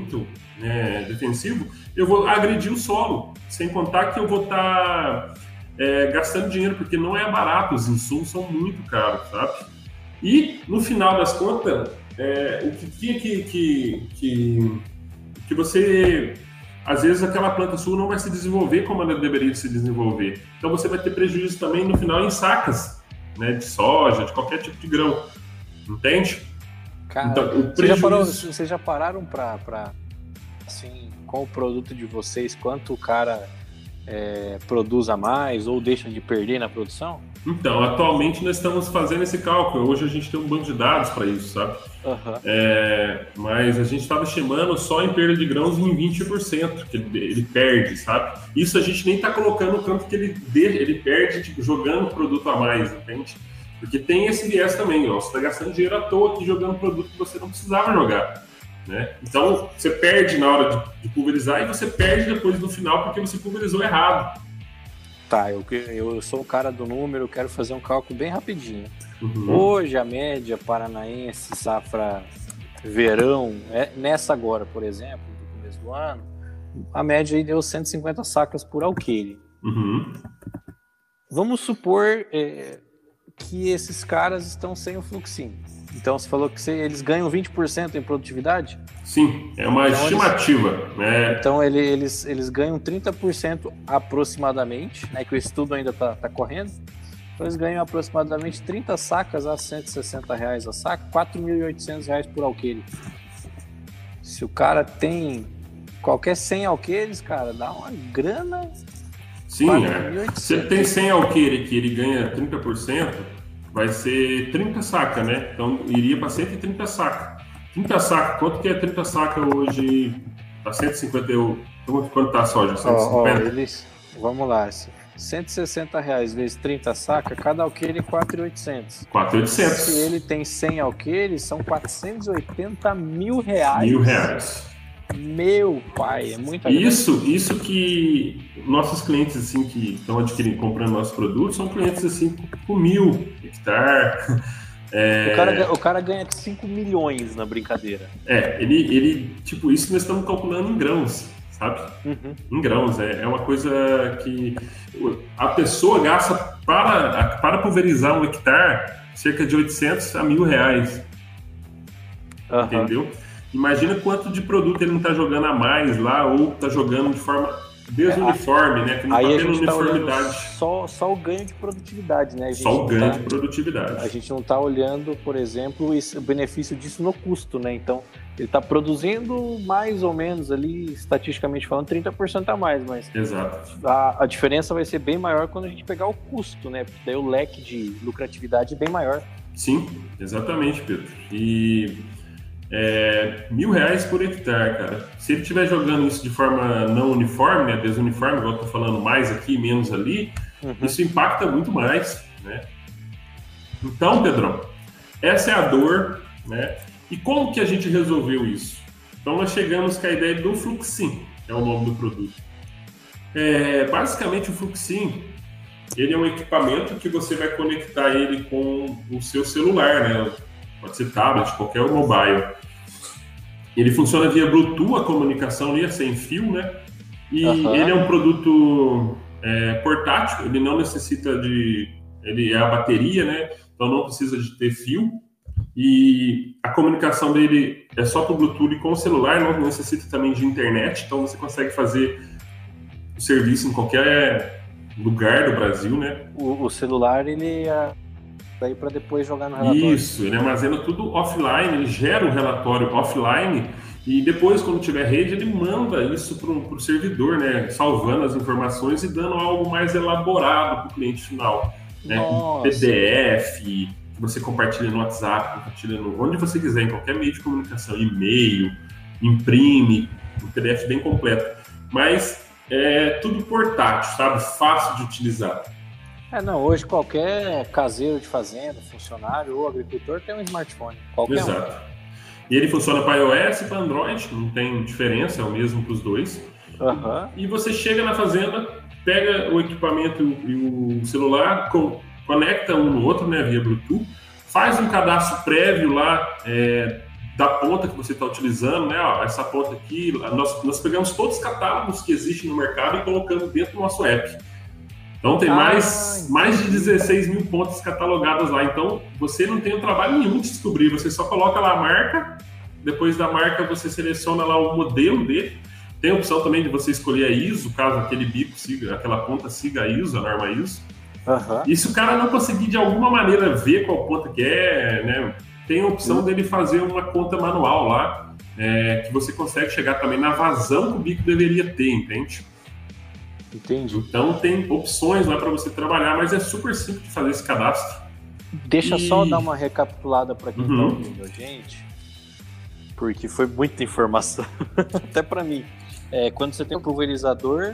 [SPEAKER 2] defensivo, eu vou agredir o solo, sem contar que eu vou estar gastando dinheiro, porque não é barato, os insumos são muito caros, sabe? E, no final das contas, o que tinha que você... Às vezes aquela planta sua não vai se desenvolver como ela deveria se desenvolver. Então você vai ter prejuízo também no final em sacas, né, de soja, de qualquer tipo de grão. Entende?
[SPEAKER 1] Cara,
[SPEAKER 2] então, o prejuízo...
[SPEAKER 1] vocês já pararam para assim, com o produto de vocês, quanto o cara produz a mais ou deixa de perder na produção?
[SPEAKER 2] Então, atualmente nós estamos fazendo esse cálculo. Hoje a gente tem um banco de dados para isso, sabe? Mas a gente estava estimando só em perda de grãos em 20%, que ele perde, sabe? Isso a gente nem está colocando no campo que ele perde tipo, jogando produto a mais, entende? Porque tem esse viés também, ó, você está gastando dinheiro à toa aqui jogando produto que você não precisava jogar, né? Então, você perde na hora de pulverizar e você perde depois no final porque você pulverizou errado.
[SPEAKER 1] Tá, eu sou o cara do número, quero fazer um cálculo bem rapidinho.
[SPEAKER 2] Uhum.
[SPEAKER 1] Hoje a média paranaense, safra verão, nessa agora, por exemplo, no começo do ano, a média aí deu 150 sacas por alqueire.
[SPEAKER 2] Uhum.
[SPEAKER 1] Vamos supor que esses caras estão sem o Fluxin. Então você falou que eles ganham 20% em produtividade?
[SPEAKER 2] Sim, é uma estimativa.
[SPEAKER 1] Então eles ganham 30% aproximadamente, né, que o estudo ainda está correndo. Então eles ganham aproximadamente 30 sacas a R$160 a saca, R$4.800 por alqueire. Se o cara tem qualquer 100 alqueires, cara, dá uma grana.
[SPEAKER 2] Sim, se ele tem 100 alqueire que ele ganha 30%, vai ser 30 sacas, né? Então iria para 130 sacas. 30 sacas, quanto que é 30 sacas hoje? Tá 150, quanto tá a soja? 150?
[SPEAKER 1] Vamos lá, R$160 vezes 30 sacas, cada alqueire é 4.800.
[SPEAKER 2] 4.800.
[SPEAKER 1] Se ele tem 100 alqueires, são R$480 mil.
[SPEAKER 2] R$1.000.
[SPEAKER 1] Meu pai, é muita grana.
[SPEAKER 2] Isso que nossos clientes assim que estão comprando nossos produtos são clientes assim com 1.000 hectares.
[SPEAKER 1] O cara ganha 5 milhões na brincadeira.
[SPEAKER 2] Ele tipo, isso nós estamos calculando em grãos, sabe?
[SPEAKER 1] Uhum.
[SPEAKER 2] Em grãos, é uma coisa que a pessoa gasta para pulverizar um hectare cerca de 800 a R$1.000.
[SPEAKER 1] Uhum.
[SPEAKER 2] Entendeu? Imagina quanto de produto ele não está jogando a mais lá ou está jogando de forma desuniforme, né? Que não está tendo uniformidade.
[SPEAKER 1] Só o ganho de produtividade, né?
[SPEAKER 2] Só o ganho de produtividade.
[SPEAKER 1] A gente não está olhando, por exemplo, o benefício disso no custo, né? Então, ele está produzindo mais ou menos ali, estatisticamente falando, 30% a mais, mas
[SPEAKER 2] exato.
[SPEAKER 1] A diferença vai ser bem maior quando a gente pegar o custo, né? Porque daí o leque de lucratividade é bem maior.
[SPEAKER 2] Sim, exatamente, Pedro. E R$1.000 por hectare, cara. Se ele estiver jogando isso de forma não uniforme, né, desuniforme, igual eu tô falando, mais aqui, menos ali, isso impacta muito mais, né? Então, Pedrão, essa é a dor, né? E como que a gente resolveu isso? Então, nós chegamos com a ideia do Fluxin, que é o nome do produto. Basicamente, o Fluxin, ele é um equipamento que você vai conectar ele com o seu celular, né? Pode ser tablet, qualquer mobile. Ele funciona via Bluetooth, a comunicação ali é sem fio, né? E ele é um produto portátil, ele não necessita ele é a bateria, né? Então não precisa de ter fio. E a comunicação dele é só por Bluetooth e com o celular, não necessita também de internet, então você consegue fazer o serviço em qualquer lugar do Brasil, né?
[SPEAKER 1] O celular, ele daí para depois jogar no relatório.
[SPEAKER 2] Isso, ele armazena tudo offline, ele gera um relatório offline e depois, quando tiver rede, ele manda isso para o servidor, né? Salvando as informações e dando algo mais elaborado para o cliente final. Né? Com PDF, que você compartilha no WhatsApp, compartilha onde você quiser, em qualquer meio de comunicação, e-mail, imprime, um PDF bem completo. Mas é tudo portátil, sabe? Fácil de utilizar.
[SPEAKER 1] Não, hoje qualquer caseiro de fazenda, funcionário ou agricultor tem um smartphone. Qualquer
[SPEAKER 2] Exato. E ele funciona para iOS e para Android, não tem diferença, é o mesmo para os dois. E você chega na fazenda, pega o equipamento e o celular, conecta um no outro, né, via Bluetooth, faz um cadastro prévio lá da ponta que você está utilizando, né? Ó, essa ponta aqui, nós pegamos todos os catálogos que existem no mercado e colocamos dentro do nosso app. Então tem mais de 16 mil pontas catalogadas lá. Então você não tem trabalho nenhum de descobrir, você só coloca lá a marca, depois da marca você seleciona lá o modelo dele. Tem a opção também de você escolher a ISO, caso aquele bico siga, aquela ponta siga a ISO, a norma ISO. E se o cara não conseguir de alguma maneira ver qual ponta que é, né, tem a opção dele fazer uma conta manual lá, que você consegue chegar também na vazão que o bico deveria ter, entende?
[SPEAKER 1] Entendi.
[SPEAKER 2] Então tem opções lá para você trabalhar, mas é super simples de fazer esse cadastro.
[SPEAKER 1] Deixa só dar uma recapitulada para quem está ouvindo a gente, porque foi muita informação, até para mim. Quando você tem um pulverizador,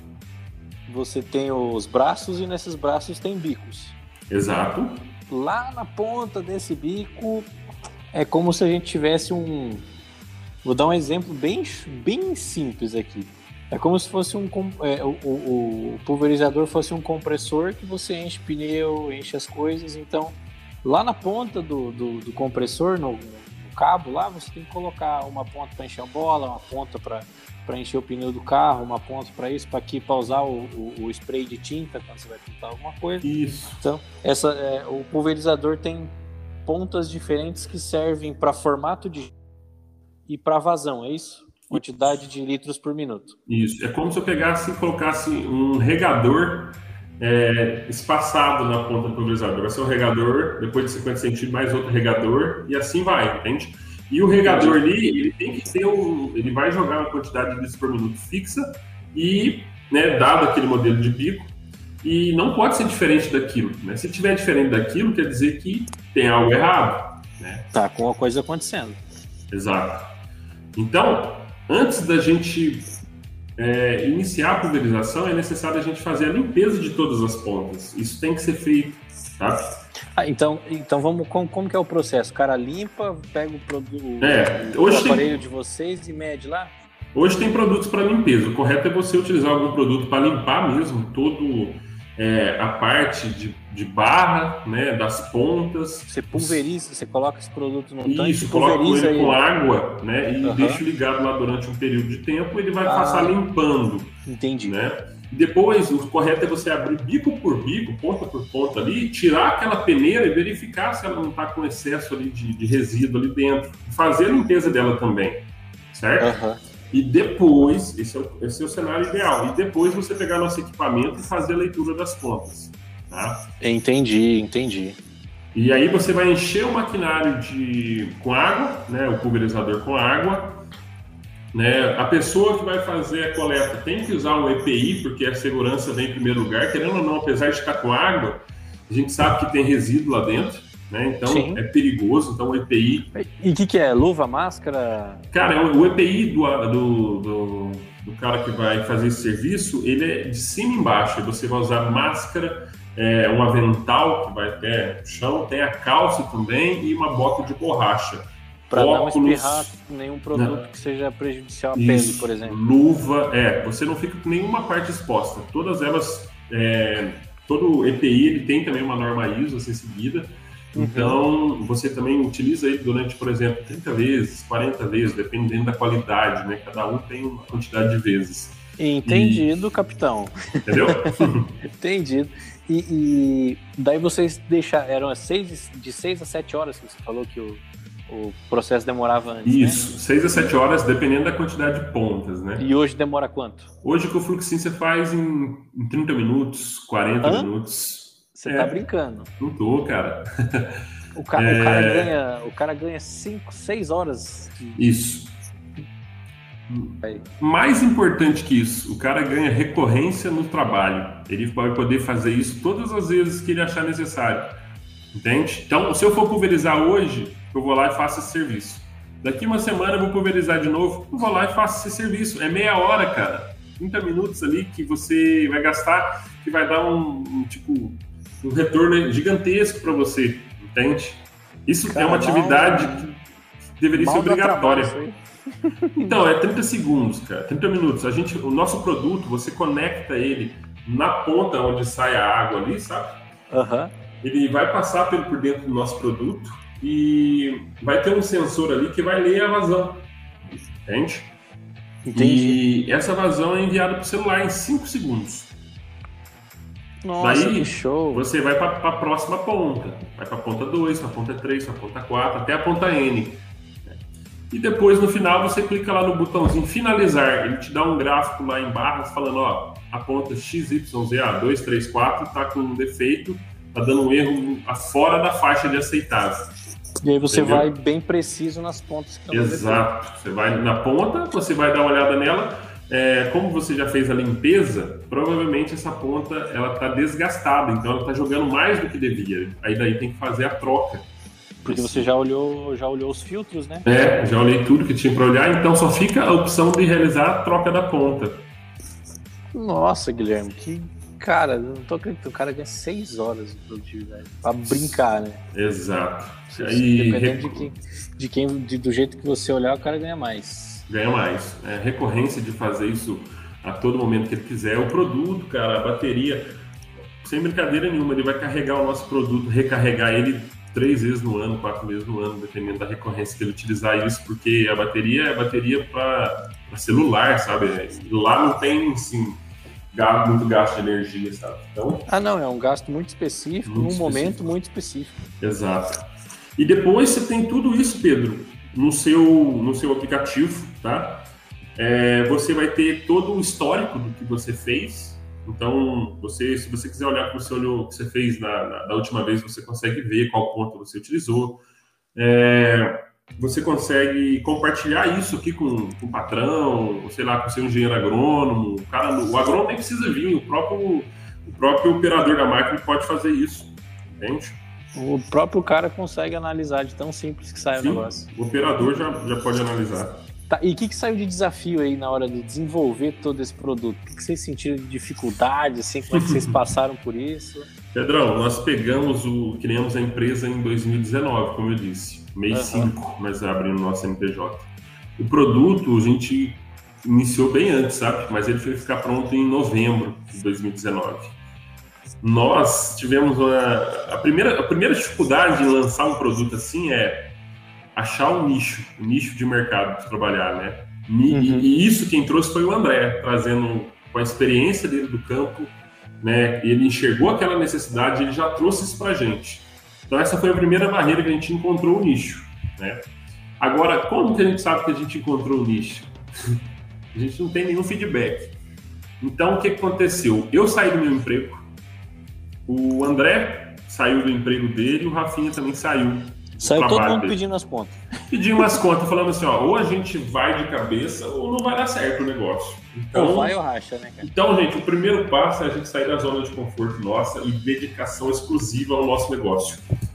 [SPEAKER 1] você tem os braços e nesses braços tem bicos.
[SPEAKER 2] Exato.
[SPEAKER 1] Lá na ponta desse bico é como se a gente tivesse Vou dar um exemplo bem simples aqui. É como se fosse o pulverizador fosse um compressor que você enche pneu, enche as coisas. Então, lá na ponta do compressor, no cabo lá, você tem que colocar uma ponta para encher a bola, uma ponta para encher o pneu do carro, uma ponta para isso, para usar o spray de tinta quando você vai pintar alguma coisa.
[SPEAKER 2] Isso.
[SPEAKER 1] Então, o pulverizador tem pontas diferentes que servem para formato e para vazão, é isso? Quantidade de litros por minuto.
[SPEAKER 2] Isso. É como se eu pegasse e colocasse um regador espaçado na ponta do pulverizador. Vai ser um regador, depois de 50 centímetros, mais outro regador, e assim vai, entende? E o regador ali, ele tem que ter ele vai jogar uma quantidade de litros por minuto fixa e, né, dado aquele modelo de bico, e não pode ser diferente daquilo, né? Se tiver diferente daquilo, quer dizer que tem algo errado, né?
[SPEAKER 1] Tá com uma coisa acontecendo.
[SPEAKER 2] Exato. Então, antes da gente iniciar a pulverização, é necessário a gente fazer a limpeza de todas as pontas. Isso tem que ser feito, tá?
[SPEAKER 1] Então vamos, como que é o processo? O cara limpa, pega o aparelho de vocês e mede lá?
[SPEAKER 2] Hoje tem produtos para limpeza. O correto é você utilizar algum produto para limpar mesmo a parte de barra, né, das pontas.
[SPEAKER 1] Você pulveriza, você coloca esse produto no tanque.
[SPEAKER 2] Isso, coloca ele com água, né, e deixa ligado lá durante um período de tempo, ele vai passar limpando.
[SPEAKER 1] Entendi.
[SPEAKER 2] Né? Depois, o correto é você abrir bico por bico, ponta por ponta ali, tirar aquela peneira e verificar se ela não está com excesso ali de resíduo ali dentro. Fazer a limpeza dela também, certo? E depois, esse é o cenário ideal, e depois você pegar nosso equipamento e fazer a leitura das pontas. Tá?
[SPEAKER 1] Entendi.
[SPEAKER 2] E aí você vai encher o maquinário com água, né, o pulverizador com água. Né? A pessoa que vai fazer a coleta tem que usar um EPI, porque a segurança vem em primeiro lugar. Querendo ou não, apesar de estar com água, a gente sabe que tem resíduo lá dentro. Né? Então, sim, é perigoso. Então, o EPI...
[SPEAKER 1] E o que é? Luva, máscara?
[SPEAKER 2] Cara, o EPI do cara que vai fazer esse serviço, ele é de cima e embaixo. Você vai usar máscara, um avental que vai até o chão, tem a calça também e uma bota de borracha.
[SPEAKER 1] Para não espirrar nenhum produto que seja prejudicial à pele, por exemplo.
[SPEAKER 2] Luva, você não fica com nenhuma parte exposta. Todas elas, todo EPI, ele tem também uma norma ISO a ser seguida. Então, você também utiliza ele durante, por exemplo, 30 vezes, 40 vezes, dependendo da qualidade, né? Cada um tem uma quantidade de vezes.
[SPEAKER 1] Entendido, capitão.
[SPEAKER 2] Entendeu?
[SPEAKER 1] Entendido. E daí vocês eram de 6 a 7 horas que você falou que o processo demorava antes,
[SPEAKER 2] Isso,
[SPEAKER 1] né?
[SPEAKER 2] 6 a 7 horas, dependendo da quantidade de pontas, né?
[SPEAKER 1] E hoje demora quanto?
[SPEAKER 2] Hoje com o Fluxin você faz em 30 minutos, 40 minutos.
[SPEAKER 1] Você tá brincando?
[SPEAKER 2] Não tô, cara.
[SPEAKER 1] O cara ganha 5, 6 horas.
[SPEAKER 2] Isso. Mais importante que isso, o cara ganha recorrência no trabalho. Ele vai poder fazer isso todas as vezes que ele achar necessário. Entende? Então, se eu for pulverizar hoje, eu vou lá e faço esse serviço. Daqui uma semana eu vou pulverizar de novo, eu vou lá e faço esse serviço. É meia hora, cara. 30 minutos ali que você vai gastar, que vai dar um retorno gigantesco para você, entende? Isso é uma atividade que deveria ser obrigatória. Então, é 30 segundos, cara, 30 minutos. O nosso produto, você conecta ele na ponta onde sai a água ali, sabe? Ele vai passar por dentro do nosso produto e vai ter um sensor ali que vai ler a vazão, entende?
[SPEAKER 1] Entendi.
[SPEAKER 2] E essa vazão é enviada para o celular em 5 segundos.
[SPEAKER 1] Nossa,
[SPEAKER 2] daí,
[SPEAKER 1] que show!
[SPEAKER 2] Você vai para a próxima ponta. Vai para a ponta 2, para a ponta 3, para a ponta 4, até a ponta N. E depois, no final, você clica lá no botãozinho finalizar. Ele te dá um gráfico lá em barras falando, ó, a ponta XYZA2, 3, 4 está com um defeito, está dando um erro fora da faixa de aceitável.
[SPEAKER 1] E aí você vai bem preciso nas pontas.
[SPEAKER 2] Exato. Você vai na ponta, você vai dar uma olhada nela. Como você já fez a limpeza, provavelmente essa ponta ela está desgastada, então ela está jogando mais do que devia. Aí daí tem que fazer a troca.
[SPEAKER 1] Porque você já olhou os filtros, né?
[SPEAKER 2] Já olhei tudo que tinha para olhar, então só fica a opção de realizar a troca da ponta.
[SPEAKER 1] Nossa, Guilherme, que cara, não tô acreditando, o cara ganha 6 horas de produtividade pra brincar, né?
[SPEAKER 2] Exato.
[SPEAKER 1] Dependendo do jeito que você olhar, o cara ganha mais.
[SPEAKER 2] Ganha mais. Recorrência de fazer isso a todo momento que ele quiser. O produto, cara, a bateria, sem brincadeira nenhuma, ele vai carregar o nosso produto, recarregar ele 3 vezes no ano, 4 vezes no ano, dependendo da recorrência que ele utilizar isso, porque a bateria é bateria para celular, sabe? Lá não tem, assim, muito gasto de energia, sabe? Então,
[SPEAKER 1] não, é um gasto muito específico, momento muito específico.
[SPEAKER 2] Exato. E depois você tem tudo isso, Pedro, no seu aplicativo, tá? Você vai ter todo o histórico do que você fez. Então, se você quiser olhar para o que você fez da última vez, você consegue ver qual ponto você utilizou. Você consegue compartilhar isso aqui com o patrão, sei lá, com o seu engenheiro agrônomo. O agrônomo nem precisa vir, o próprio operador da máquina pode fazer isso, entende?
[SPEAKER 1] O próprio cara consegue analisar de tão simples que sai o negócio.
[SPEAKER 2] O operador já pode analisar.
[SPEAKER 1] Tá, e o que saiu de desafio aí na hora de desenvolver todo esse produto? O que vocês sentiram de dificuldade, assim, como é que vocês passaram por isso?
[SPEAKER 2] Pedrão, nós criamos a empresa em 2019, como eu disse, mês 5, nós abrimos o nosso MPJ. O produto a gente iniciou bem antes, sabe? Mas ele foi ficar pronto em novembro de 2019. Nós tivemos a primeira dificuldade em lançar um produto assim é achar o nicho de mercado para trabalhar, né? E isso quem trouxe foi o André, trazendo com a experiência dele do campo, né? Ele enxergou aquela necessidade, ele já trouxe isso para a gente. Então essa foi a primeira barreira que a gente encontrou o nicho, né? Agora, como que a gente sabe que a gente encontrou o nicho? A gente não tem nenhum feedback. Então o que aconteceu? Eu saí do meu emprego, o André saiu do emprego dele, o Rafinha também saiu.
[SPEAKER 1] Saiu todo mundo pedindo as contas.
[SPEAKER 2] Pedindo umas contas, falando assim, ou a gente vai de cabeça ou não vai dar certo o negócio. Então,
[SPEAKER 1] ou vai ou racha, né, cara?
[SPEAKER 2] Então, gente, o primeiro passo é a gente sair da zona de conforto nossa e dedicação exclusiva ao nosso negócio.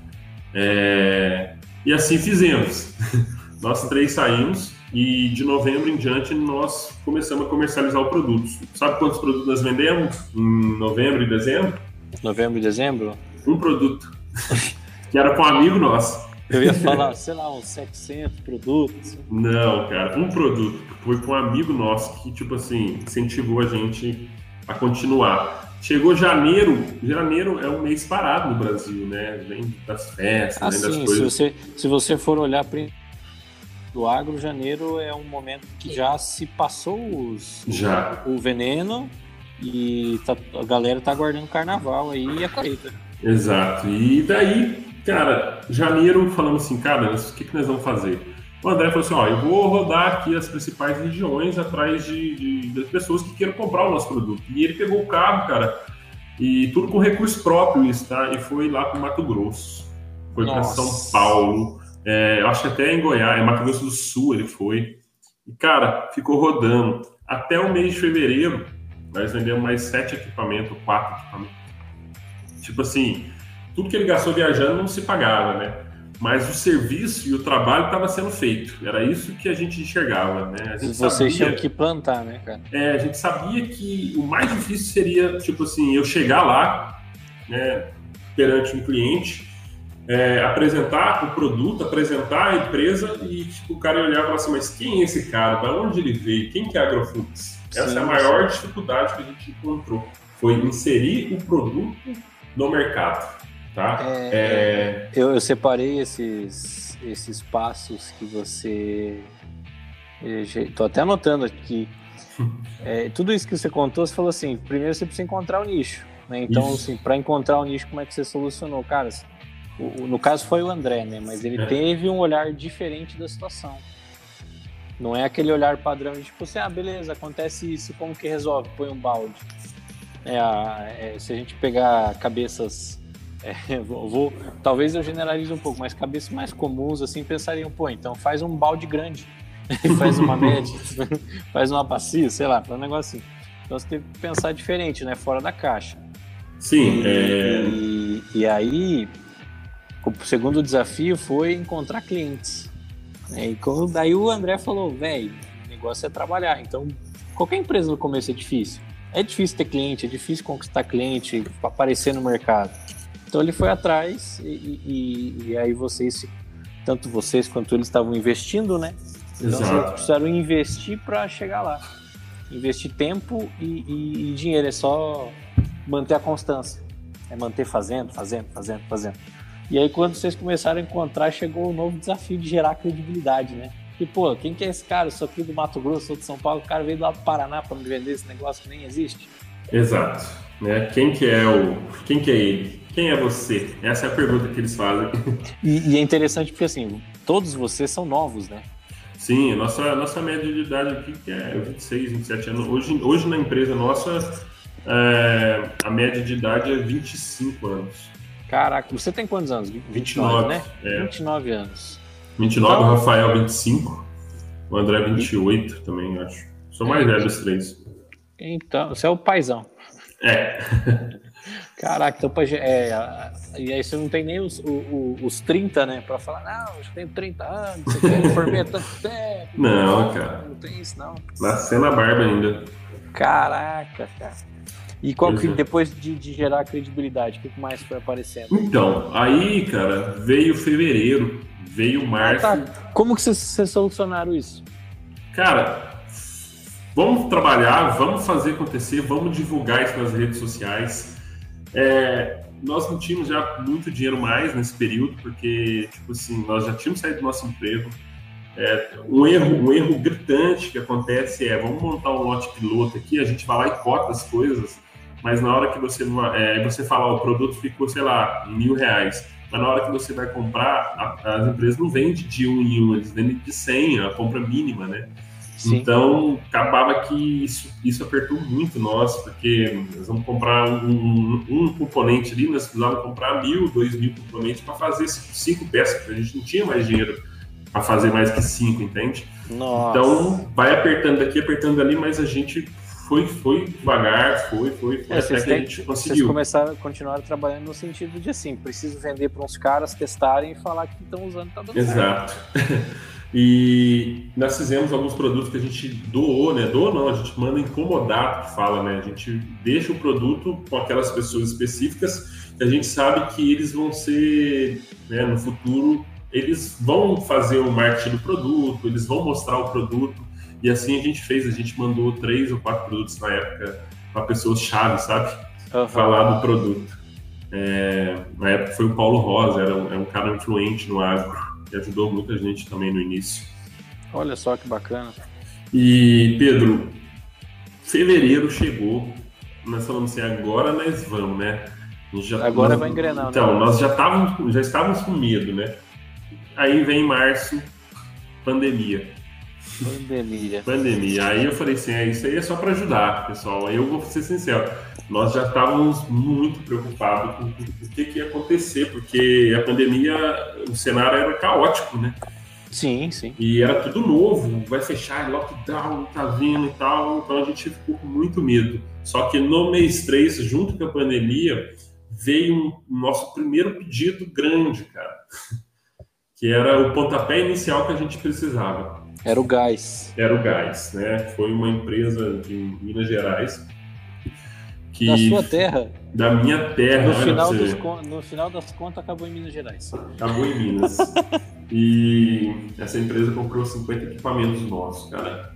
[SPEAKER 2] E assim fizemos. Nós 3 saímos e de novembro em diante nós começamos a comercializar o produto. Sabe quantos produtos nós vendemos em novembro e dezembro?
[SPEAKER 1] Novembro e dezembro?
[SPEAKER 2] Um produto. Que era com um amigo nosso.
[SPEAKER 1] Eu ia falar, sei lá, uns 700 produtos.
[SPEAKER 2] Não, cara, um produto. Foi com um amigo nosso que, tipo assim, incentivou a gente a continuar. Chegou janeiro é um mês parado no Brasil, né? Vem das festas, vem das coisas.
[SPEAKER 1] Se você for olhar do agro, janeiro é um momento que já se passou o veneno e a galera tá aguardando o carnaval aí e a colheita.
[SPEAKER 2] Exato. E daí, cara, janeiro falamos assim, cara, o que nós vamos fazer? O André falou assim, eu vou rodar aqui as principais regiões atrás das pessoas que queiram comprar o nosso produto. E ele pegou o carro, cara, e tudo com recurso próprio isso, tá? E foi lá para Mato Grosso, foi para São Paulo, eu acho que até em Goiás, Mato Grosso do Sul ele foi. E, cara, ficou rodando. Até o mês de fevereiro, nós vendemos mais 7 equipamentos, 4 equipamentos. Tipo assim, tudo que ele gastou viajando não se pagava, né? mas o serviço e o trabalho estava sendo feito. Era isso que a gente enxergava, né? A gente
[SPEAKER 1] Vocês tinham que plantar, né, cara?
[SPEAKER 2] A gente sabia que o mais difícil seria, tipo assim, eu chegar lá, né, perante um cliente, apresentar o produto, apresentar a empresa e tipo, o cara olhar e falar assim, mas quem é esse cara? Da onde ele veio? Quem que é a Agroflux? Essa é a maior dificuldade que a gente encontrou. Foi inserir o produto no mercado. Tá?
[SPEAKER 1] Eu separei esses passos que você... Estou até anotando aqui. Tudo isso que você contou, você falou assim, primeiro você precisa encontrar o nicho. Né? Então, assim, para encontrar o nicho, como é que você solucionou? Cara, no caso foi o André, né? Mas ele teve um olhar diferente da situação. Não é aquele olhar padrão de tipo assim, beleza, acontece isso, como que resolve? Põe um balde. Se a gente pegar cabeças... talvez eu generalize um pouco, mas cabeças mais comuns assim pensariam, então faz um balde grande, faz uma média, faz uma bacia, sei lá, um negócio assim. Então você tem que pensar diferente, né? Fora da caixa.
[SPEAKER 2] Sim.
[SPEAKER 1] E aí, o segundo desafio foi encontrar clientes. E daí o André falou, velho, o negócio é trabalhar. Então, qualquer empresa no começo é difícil. É difícil ter cliente, é difícil conquistar cliente, aparecer no mercado. Então ele foi atrás e aí tanto vocês quanto eles estavam investindo, né? Então vocês precisaram investir para chegar lá. Investir tempo e dinheiro, é só manter a constância. É manter fazendo. E aí quando vocês começaram a encontrar, chegou o novo desafio de gerar credibilidade, né? E quem que é esse cara? Eu sou aqui do Mato Grosso, sou de São Paulo, o cara veio lá do Paraná para me vender esse negócio que nem existe.
[SPEAKER 2] Exato. Né? Quem que é ele? Quem é você? Essa é a pergunta que eles fazem.
[SPEAKER 1] E é interessante porque, assim, todos vocês são novos, né?
[SPEAKER 2] Sim, a nossa média de idade aqui que é 26, 27 anos. Hoje na empresa nossa, a média de idade é 25 anos.
[SPEAKER 1] Caraca, você tem quantos anos? 29, né? 29 anos.
[SPEAKER 2] 29, então... o Rafael 25, o André 28 também, eu acho. Sou mais velho dos três.
[SPEAKER 1] Então, você é o paizão. Caraca, então, e aí você não tem nem os 30, né? Pra falar, não, eu tenho 30 anos, você formei há tanto tempo.
[SPEAKER 2] Não, cara.
[SPEAKER 1] Não tem isso, não.
[SPEAKER 2] Nascendo a barba ainda.
[SPEAKER 1] Caraca, cara. E depois de gerar credibilidade, o que mais foi aparecendo?
[SPEAKER 2] Então, aí, cara, veio fevereiro, veio março.
[SPEAKER 1] Como que vocês solucionaram isso?
[SPEAKER 2] Cara, vamos trabalhar, vamos fazer acontecer, vamos divulgar isso nas redes sociais. Nós não tínhamos já muito dinheiro mais nesse período, porque, tipo assim, nós já tínhamos saído do nosso emprego. Um erro gritante que acontece vamos montar um lote piloto aqui, a gente vai lá e cota as coisas, mas na hora que você falar o produto ficou, sei lá, R$1.000, mas na hora que você vai comprar, as empresas não vendem de 1 em 1, eles vendem de 100, a compra mínima, né? Sim. Então, acabava que isso apertou muito nós, porque nós vamos comprar um componente ali, nós precisávamos comprar 1.000, 2.000 componentes para fazer 5 peças, porque a gente não tinha mais dinheiro para fazer mais que 5, entende?
[SPEAKER 1] Nossa.
[SPEAKER 2] Então, vai apertando aqui, apertando ali, mas a gente foi devagar, foi até que a gente conseguiu.
[SPEAKER 1] Vocês continuaram trabalhando no sentido de assim, preciso vender para uns caras, testarem e falar que estão usando, tá dando
[SPEAKER 2] certo. Exato. E nós fizemos alguns produtos que a gente doou, né? Doou não, a gente manda incomodado, que fala, né? A gente deixa o produto com aquelas pessoas específicas que a gente sabe que eles vão ser, né, no futuro, eles vão fazer o marketing do produto, eles vão mostrar o produto. E assim a gente mandou 3 ou 4 produtos na época para pessoas-chave, sabe? Falar do produto. Na época foi o Paulo Rosa, era um cara influente no agro, que ajudou muita gente também no início.
[SPEAKER 1] Olha só que bacana.
[SPEAKER 2] E, Pedro, fevereiro chegou, nós falamos assim, agora nós vamos, né?
[SPEAKER 1] Agora vai engrenar,
[SPEAKER 2] então,
[SPEAKER 1] né?
[SPEAKER 2] Nós já estávamos com medo, né? Aí vem março, pandemia. Aí eu falei assim, isso aí é só para ajudar, pessoal. Aí eu vou ser sincero, nós já estávamos muito preocupados com o que ia acontecer, porque a pandemia, o cenário era caótico, né?
[SPEAKER 1] Sim.
[SPEAKER 2] E era tudo novo, vai fechar, lockdown, tá vindo e tal, então a gente ficou com muito medo. Só que no mês 3, junto com a pandemia, veio o nosso primeiro pedido grande, cara. que era o pontapé inicial que a gente precisava.
[SPEAKER 1] Era o gás.
[SPEAKER 2] Era o gás, né? Foi uma empresa de Minas Gerais.
[SPEAKER 1] Da sua terra?
[SPEAKER 2] Da minha terra.
[SPEAKER 1] No final das contas, acabou em Minas Gerais.
[SPEAKER 2] Acabou em Minas. E essa empresa comprou 50 equipamentos nossos, cara.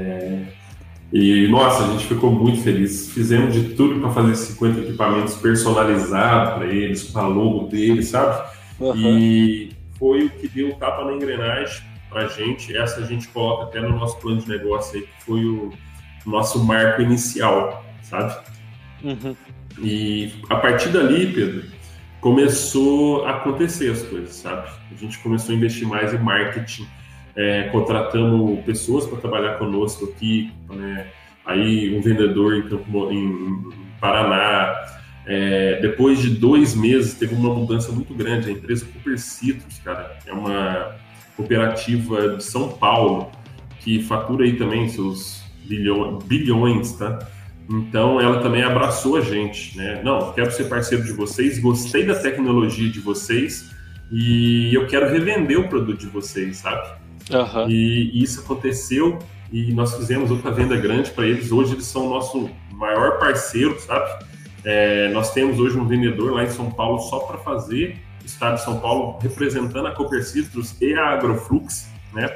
[SPEAKER 2] E, nossa, a gente ficou muito feliz. Fizemos de tudo para fazer 50 equipamentos personalizados para eles, com a logo deles, sabe? Uhum. E foi o que deu o tapa na engrenagem para a gente. Essa a gente coloca até no nosso plano de negócio aí, que foi o nosso marco inicial, sabe?
[SPEAKER 1] Uhum.
[SPEAKER 2] E a partir dali, Pedro, começou a acontecer as coisas, sabe? A gente começou a investir mais em marketing, contratando pessoas para trabalhar conosco aqui, né? Aí um vendedor em Paraná. Depois de 2 meses teve uma mudança muito grande. A empresa Cooper Citrus, cara, é uma cooperativa de São Paulo que fatura aí também seus bilhões, tá? Então, ela também abraçou a gente, né? Não, quero ser parceiro de vocês, gostei da tecnologia de vocês e eu quero revender o produto de vocês, sabe?
[SPEAKER 1] Uhum.
[SPEAKER 2] E isso aconteceu e nós fizemos outra venda grande para eles. Hoje eles são o nosso maior parceiro, sabe? Nós temos hoje um vendedor lá em São Paulo só para fazer o estado de São Paulo, representando a Cooper Citrus e a Agroflux, né?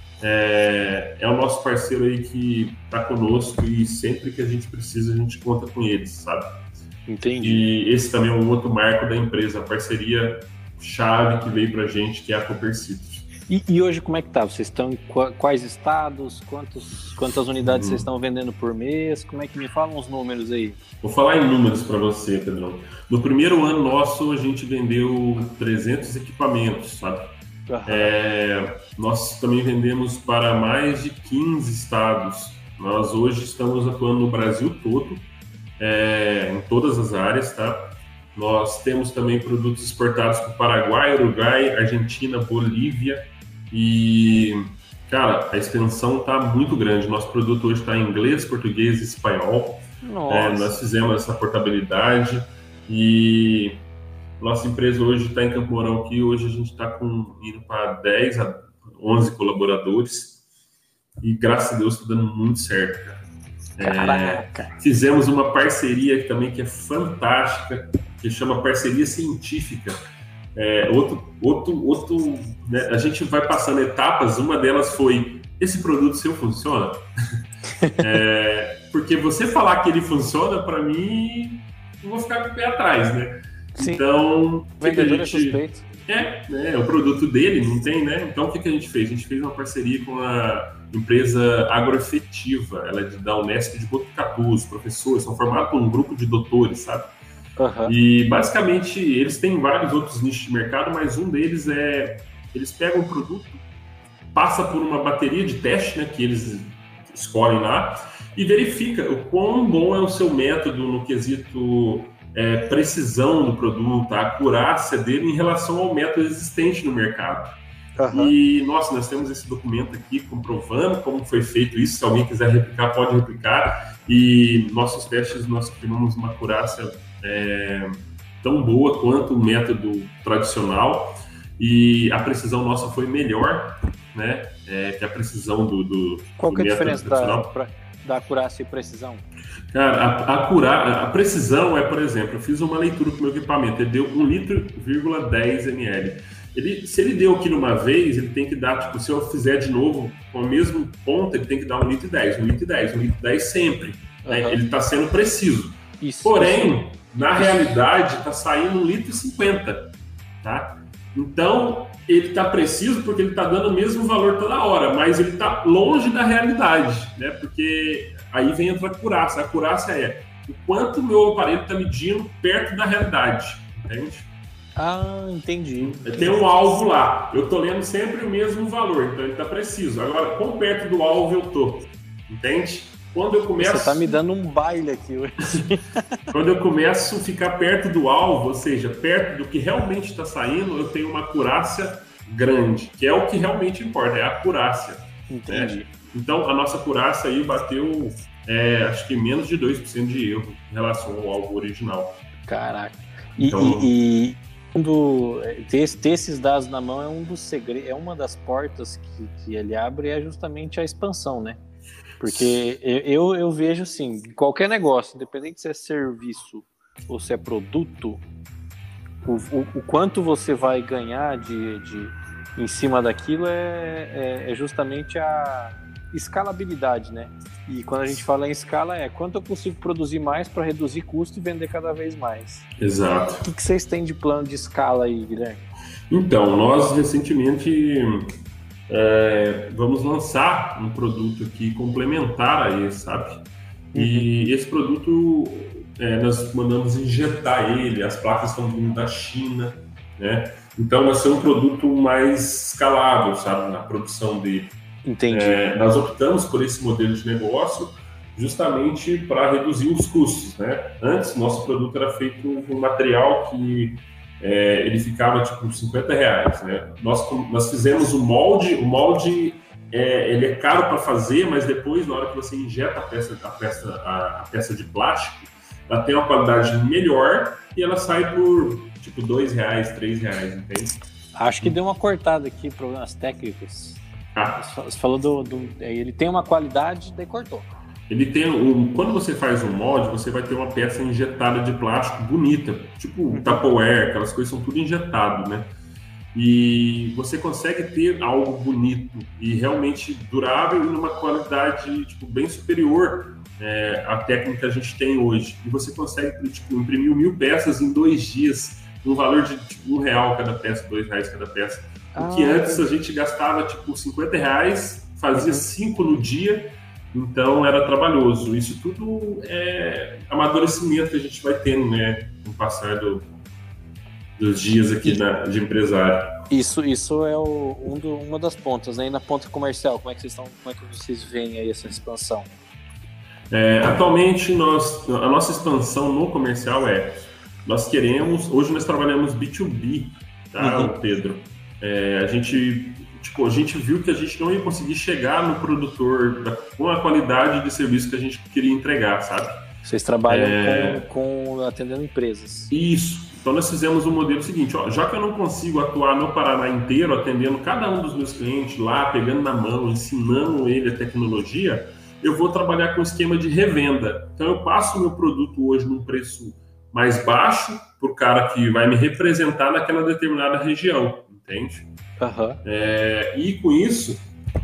[SPEAKER 2] É o nosso parceiro aí que está conosco e sempre que a gente precisa a gente conta com eles, sabe?
[SPEAKER 1] Entendi.
[SPEAKER 2] E esse também é um outro marco da empresa, a parceria chave que veio para a gente, que é a Cooper Citrus.
[SPEAKER 1] E hoje como é que tá? Vocês estão em quais estados? Quantas unidades vocês estão vendendo por mês? Como é que me falam os números aí?
[SPEAKER 2] Vou falar em números para você, Pedrão. No primeiro ano nosso a gente vendeu 300 equipamentos, sabe?
[SPEAKER 1] Uhum.
[SPEAKER 2] Nós também vendemos para mais de 15 estados. Nós hoje estamos atuando no Brasil todo, em todas as áreas, tá? Nós temos também produtos exportados para o Paraguai, Uruguai, Argentina, Bolívia e, cara, a extensão está muito grande. Nosso produto hoje está em inglês, português e espanhol. Nós fizemos essa portabilidade e nossa empresa hoje está em Campo Mourão aqui. Hoje a gente está indo para 10 a 11 colaboradores e, graças a Deus, está dando muito certo, cara.
[SPEAKER 1] Caraca!
[SPEAKER 2] Fizemos uma parceria também que é fantástica, que chama Parceria Científica. Né, a gente vai passando etapas, uma delas foi: esse produto seu funciona? Porque você falar que ele funciona, para mim, eu vou ficar com o pé atrás, né?
[SPEAKER 1] Sim.
[SPEAKER 2] Então,
[SPEAKER 1] o vendedor é suspeito.
[SPEAKER 2] É o produto dele, não tem, né? Então, o que a gente fez? A gente fez uma parceria com a empresa Agroefetiva, ela é da Unesp de Botucatu. Os professores são formados por um grupo de doutores, sabe?
[SPEAKER 1] Uhum.
[SPEAKER 2] E, basicamente, eles têm vários outros nichos de mercado, mas um deles eles pegam o produto, passa por uma bateria de teste, né, que eles escolhem lá, e verifica o quão bom é o seu método no quesito precisão do produto, a acurácia dele em relação ao método existente no mercado. Uhum. E, nossa, nós temos esse documento aqui comprovando como foi feito isso. Se alguém quiser replicar, pode replicar. E nossos testes, nós tivemos uma acurácia tão boa quanto o método tradicional. E a precisão nossa foi melhor, né, que a precisão do
[SPEAKER 1] Qual que é a diferença
[SPEAKER 2] tradicional.
[SPEAKER 1] Da acurácia e precisão?
[SPEAKER 2] Cara, a precisão por exemplo, eu fiz uma leitura com o meu equipamento, ele deu 1,10 ml. Se ele deu aquilo uma vez, ele tem que dar, tipo, se eu fizer de novo com a mesma ponta, ele tem que dar 1,10 sempre. Uhum. Né? Ele está sendo preciso.
[SPEAKER 1] Isso,
[SPEAKER 2] porém, na realidade, está saindo 1,50 tá? Então, ele está preciso porque ele está dando o mesmo valor toda hora, mas ele está longe da realidade, né? Porque aí vem a acurácia. A acurácia é o quanto o meu aparelho está medindo perto da realidade, entende?
[SPEAKER 1] Ah, entendi.
[SPEAKER 2] Tem um alvo lá, eu estou lendo sempre o mesmo valor, então ele está preciso. Agora, quão perto do alvo eu estou, entende? Quando eu começo...
[SPEAKER 1] Você está me dando um baile aqui hoje.
[SPEAKER 2] Quando eu começo a ficar perto do alvo, ou seja, perto do que realmente está saindo, eu tenho uma acurácia grande, que é o que realmente importa, é a acurácia.
[SPEAKER 1] Entendi.
[SPEAKER 2] Né? Então, a nossa acurácia aí bateu, acho que menos de 2% de erro em relação ao alvo original.
[SPEAKER 1] Caraca.
[SPEAKER 2] Então...
[SPEAKER 1] Ter esses dados na mão é um dos segredos, é uma das portas que ele abre, é justamente a expansão, né? Porque eu vejo assim, qualquer negócio, independente se é serviço ou se é produto, o quanto você vai ganhar em cima daquilo é justamente a escalabilidade, né? E quando a gente fala em escala, quanto eu consigo produzir mais para reduzir custo e vender cada vez mais.
[SPEAKER 2] Exato.
[SPEAKER 1] O que vocês têm de plano de escala aí, Guilherme?
[SPEAKER 2] Então, nós recentemente vamos lançar um produto aqui complementar a esse, sabe? E esse produto, nós mandamos injetar ele, as placas estão vindo da China, né? Então vai ser um produto mais escalável, sabe, na produção dele.
[SPEAKER 1] Entendi.
[SPEAKER 2] Nós optamos por esse modelo de negócio justamente para reduzir os custos, né? Antes, nosso produto era feito com material que ele ficava tipo R$50, né? Nós fizemos o molde ele é caro para fazer, mas depois, na hora que você injeta a peça de plástico, ela tem uma qualidade melhor e ela sai por tipo R$2, R$3, entende?
[SPEAKER 1] Acho que deu uma cortada aqui, problemas técnicos. Você falou ele tem uma qualidade, daí cortou.
[SPEAKER 2] Ele tem quando você faz um molde, você vai ter uma peça injetada de plástico bonita, tipo Tupperware, aquelas coisas são tudo injetado, né? E você consegue ter algo bonito e realmente durável e numa qualidade tipo, bem superior à técnica que a gente tem hoje. E você consegue imprimir 1000 peças em 2 dias, no valor de tipo, R$1 cada peça, R$2 cada peça. Porque antes a gente gastava tipo R$50, fazia 5 no dia, então era trabalhoso. Isso tudo é amadurecimento que a gente vai tendo, né, no passar dos dias aqui de empresário.
[SPEAKER 1] Isso é uma das pontas, né? E na ponta comercial, como é que vocês veem aí essa expansão?
[SPEAKER 2] Atualmente, a nossa expansão no comercial hoje nós trabalhamos B2B, tá, Pedro? A gente viu que a gente não ia conseguir chegar no produtor com a qualidade de serviço que a gente queria entregar, sabe?
[SPEAKER 1] Vocês trabalham atendendo empresas.
[SPEAKER 2] Isso. Então nós fizemos um modelo seguinte, já que eu não consigo atuar no Paraná inteiro, atendendo cada um dos meus clientes lá, pegando na mão, ensinando ele a tecnologia, eu vou trabalhar com esquema de revenda. Então eu passo o meu produto hoje num preço mais baixo para o cara que vai me representar naquela determinada região, entende? E com isso,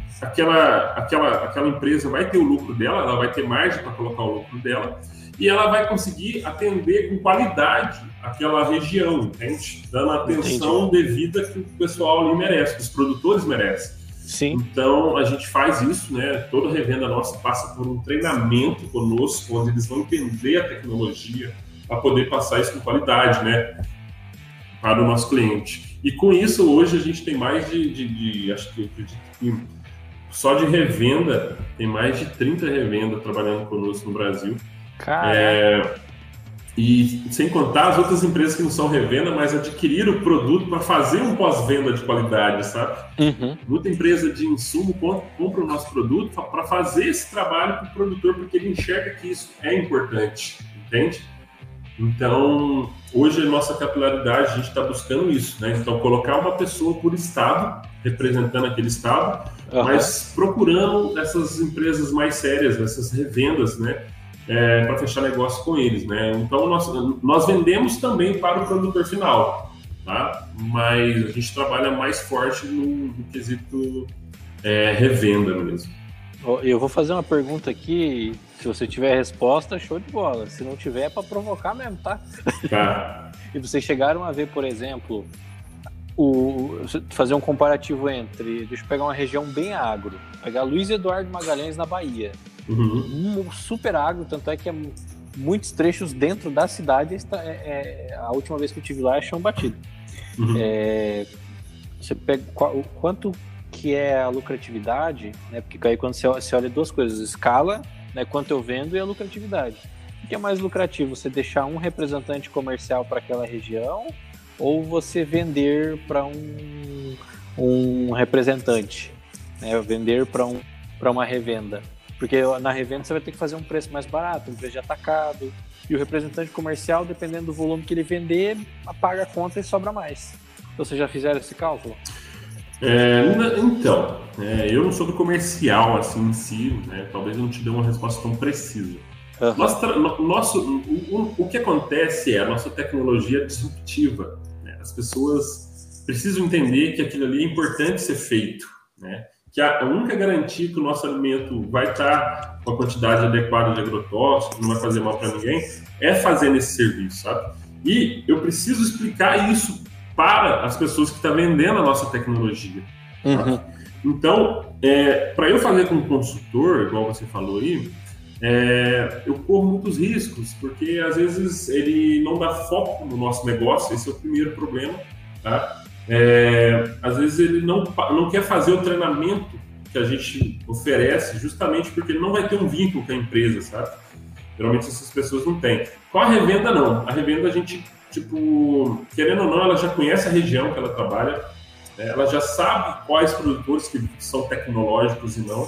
[SPEAKER 2] aquela empresa vai ter o lucro dela, ela vai ter margem para colocar o lucro dela e ela vai conseguir atender com qualidade aquela região, entende? Dando a atenção devida que o pessoal ali merece, que os produtores merecem.
[SPEAKER 1] Sim.
[SPEAKER 2] Então, a gente faz isso, né? Toda revenda nossa passa por um treinamento conosco, onde eles vão entender a tecnologia para poder passar isso com qualidade, né? Para o nosso cliente. E com isso, hoje a gente tem mais acho que só de revenda, tem mais de 30 revendas trabalhando conosco no Brasil. E sem contar as outras empresas que não são revenda, mas adquiriram o produto para fazer um pós-venda de qualidade, sabe? Muita empresa de insumo compra o nosso produto para fazer esse trabalho para o produtor, porque ele enxerga que isso é importante, entende? Então, hoje a nossa capilaridade, a gente está buscando isso, né? Então, colocar uma pessoa por estado, representando aquele estado, mas procurando essas empresas mais sérias, essas revendas, né? Para fechar negócio com eles, né? Então, nós vendemos também para o produtor final, tá? Mas a gente trabalha mais forte no quesito revenda mesmo.
[SPEAKER 1] Eu vou fazer uma pergunta aqui, se você tiver resposta, show de bola. Se não tiver, é para provocar mesmo, tá?
[SPEAKER 2] Tá.
[SPEAKER 1] E vocês chegaram a ver, por exemplo, fazer um comparativo entre, deixa eu pegar uma região bem agro, pegar Luiz Eduardo Magalhães na Bahia. Um super agro, tanto é que muitos trechos dentro da cidade, a última vez que eu estive lá é chão batido. Você pega quanto que é a lucratividade, né? Porque aí quando você olha duas coisas, escala, né? Quanto eu vendo, e a lucratividade. O que é mais lucrativo? Você deixar um representante comercial para aquela região ou você vender para um representante, né? Vender para uma revenda? Porque na revenda você vai ter que fazer um preço mais barato, um preço de atacado. E o representante comercial, dependendo do volume que ele vender, paga a conta e sobra mais. Vocês já fizeram esse cálculo?
[SPEAKER 2] Então, eu não sou do comercial assim em si, né? Talvez eu não te dê uma resposta tão precisa. O que acontece é a nossa tecnologia disruptiva, né? As pessoas precisam entender que aquilo ali é importante ser feito, né? Que a única garantia que o nosso alimento vai estar com a quantidade adequada de agrotóxicos, não vai fazer mal para ninguém, é fazendo esse serviço, sabe? E eu preciso explicar isso para as pessoas que estão vendendo a nossa tecnologia.
[SPEAKER 1] Uhum.
[SPEAKER 2] Então, para eu fazer como consultor, igual você falou aí, eu corro muitos riscos, porque às vezes ele não dá foco no nosso negócio, esse é o primeiro problema, tá? Às vezes ele não quer fazer o treinamento que a gente oferece, justamente porque ele não vai ter um vínculo com a empresa, sabe? Geralmente essas pessoas não têm. Com a revenda, não. A revenda a gente, querendo ou não, ela já conhece a região que ela trabalha, né? Ela já sabe quais produtores que são tecnológicos e não.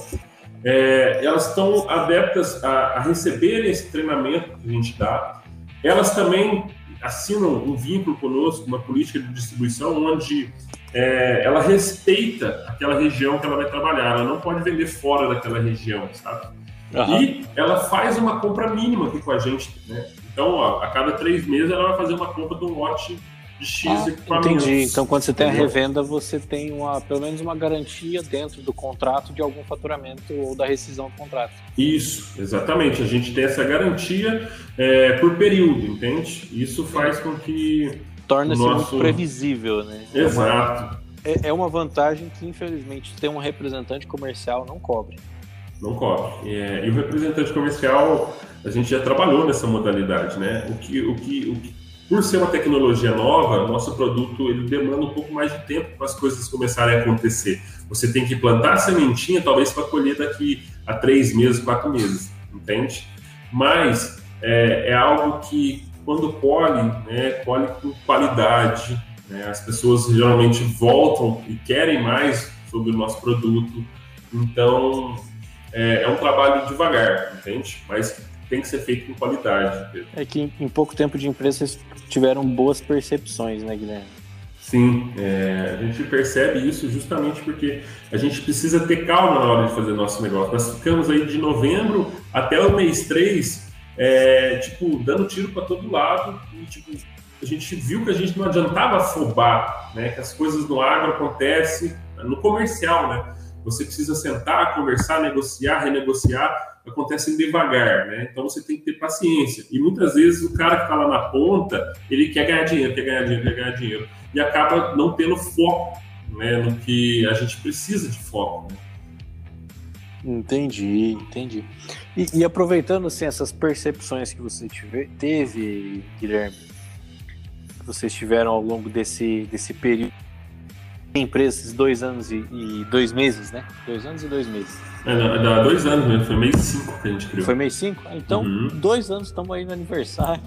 [SPEAKER 2] Elas estão adeptas a receberem esse treinamento que a gente dá. Elas também assinam um vínculo conosco, uma política de distribuição, onde ela respeita aquela região que ela vai trabalhar. Ela não pode vender fora daquela região, sabe? Uhum. E ela faz uma compra mínima aqui com a gente, né? Então, a cada 3 meses, ela vai fazer uma compra de um lote de X equipamentos.
[SPEAKER 1] Entendi. Então, quando você tem a revenda, você tem pelo menos uma garantia dentro do contrato de algum faturamento ou da rescisão do contrato.
[SPEAKER 2] Isso, exatamente. A gente tem essa garantia por período, entende? Isso faz com que...
[SPEAKER 1] Torna-se muito previsível, né?
[SPEAKER 2] Exato.
[SPEAKER 1] É uma vantagem que, infelizmente, ter um representante comercial não cobre.
[SPEAKER 2] Não cobre. E o representante comercial, a gente já trabalhou nessa modalidade, né? Por ser uma tecnologia nova, nosso produto ele demanda um pouco mais de tempo para as coisas começarem a acontecer. Você tem que plantar a sementinha, talvez para colher daqui a 3 meses, 4 meses, entende? Mas é algo que, quando colhe, né, colhe com qualidade, né? As pessoas geralmente voltam e querem mais sobre o nosso produto. Então, é um trabalho devagar, entende? Mas tem que ser feito com qualidade. Pedro.
[SPEAKER 1] É que em pouco tempo de empresa vocês tiveram boas percepções, né, Guilherme?
[SPEAKER 2] Sim, a gente percebe isso justamente porque a gente precisa ter calma na hora de fazer nosso negócio. Nós ficamos aí de novembro até o mês 3, dando tiro para todo lado e, a gente viu que a gente não adiantava afobar, né? Que as coisas no agro acontecem no comercial, né? Você precisa sentar, conversar, negociar, renegociar, acontecem devagar, né? Então você tem que ter paciência. E muitas vezes o cara que está lá na ponta, ele quer ganhar dinheiro, e acaba não tendo foco, né, no que a gente precisa de foco. Né?
[SPEAKER 1] Entendi. E aproveitando assim, essas percepções que você teve, Guilherme, que vocês tiveram ao longo desse período, empresa, esses 2 anos e 2 meses, né? 2 anos e 2 meses.
[SPEAKER 2] Dá 2 anos mesmo, foi mês 5 que a gente criou.
[SPEAKER 1] Foi mês 5? Então, 2 anos, estamos aí no aniversário.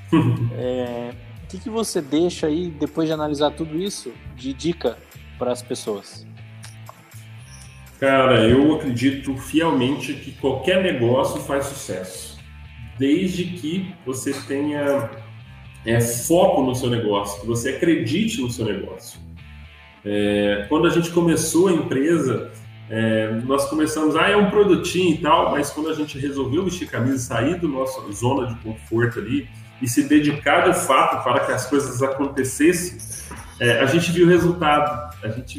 [SPEAKER 1] O que você deixa aí, depois de analisar tudo isso, de dica para as pessoas?
[SPEAKER 2] Cara, eu acredito fielmente que qualquer negócio faz sucesso, desde que você tenha foco no seu negócio, que você acredite no seu negócio. Quando a gente começou a empresa, nós começamos, é um produtinho e tal, mas quando a gente resolveu vestir camisa, sair da nossa zona de conforto ali e se dedicar de fato para que as coisas acontecessem, a gente viu o resultado,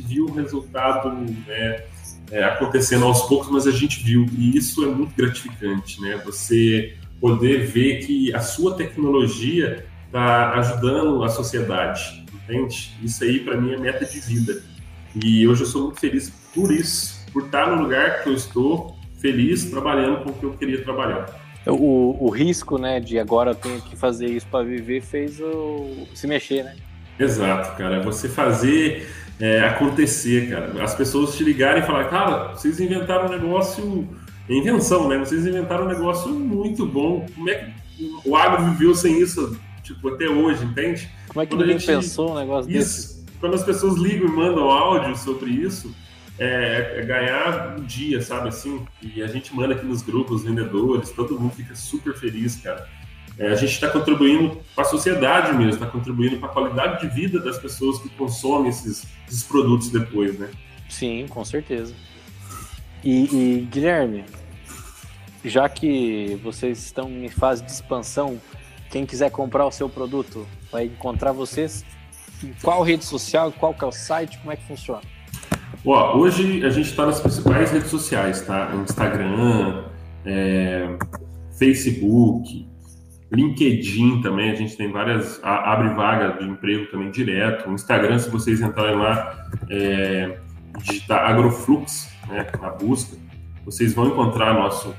[SPEAKER 2] acontecendo aos poucos, mas a gente viu, e isso é muito gratificante, né? Você poder ver que a sua tecnologia está ajudando a sociedade. Entende? Isso aí, para mim, é meta de vida. E hoje eu sou muito feliz por isso, por estar no lugar que eu estou, feliz, trabalhando com o que eu queria trabalhar.
[SPEAKER 1] O risco, né, de agora eu tenho que fazer isso para viver, fez se mexer, né?
[SPEAKER 2] Exato, cara. Você fazer acontecer, cara. As pessoas te ligarem e falarem, cara, vocês inventaram um negócio... Invenção, né? Vocês inventaram um negócio muito bom. Como é que o agro viveu sem isso, até hoje, entende?
[SPEAKER 1] Como é que ninguém pensou um negócio desse?
[SPEAKER 2] Quando as pessoas ligam e mandam áudio sobre isso, é ganhar um dia, sabe, assim, e a gente manda aqui nos grupos, os vendedores, todo mundo fica super feliz, cara. A gente está contribuindo para a sociedade mesmo, está contribuindo para a qualidade de vida das pessoas que consomem esses produtos depois, né?
[SPEAKER 1] Sim, com certeza. E Guilherme, já que vocês estão em fase de expansão, quem quiser comprar o seu produto vai encontrar vocês em qual rede social, qual que é o site, como é que funciona?
[SPEAKER 2] Hoje a gente está nas principais redes sociais, tá? Instagram, Facebook, LinkedIn também, a gente tem várias, abre vaga de emprego também direto. O Instagram, se vocês entrarem lá, digitar Agroflux, né, na busca, vocês vão encontrar nosso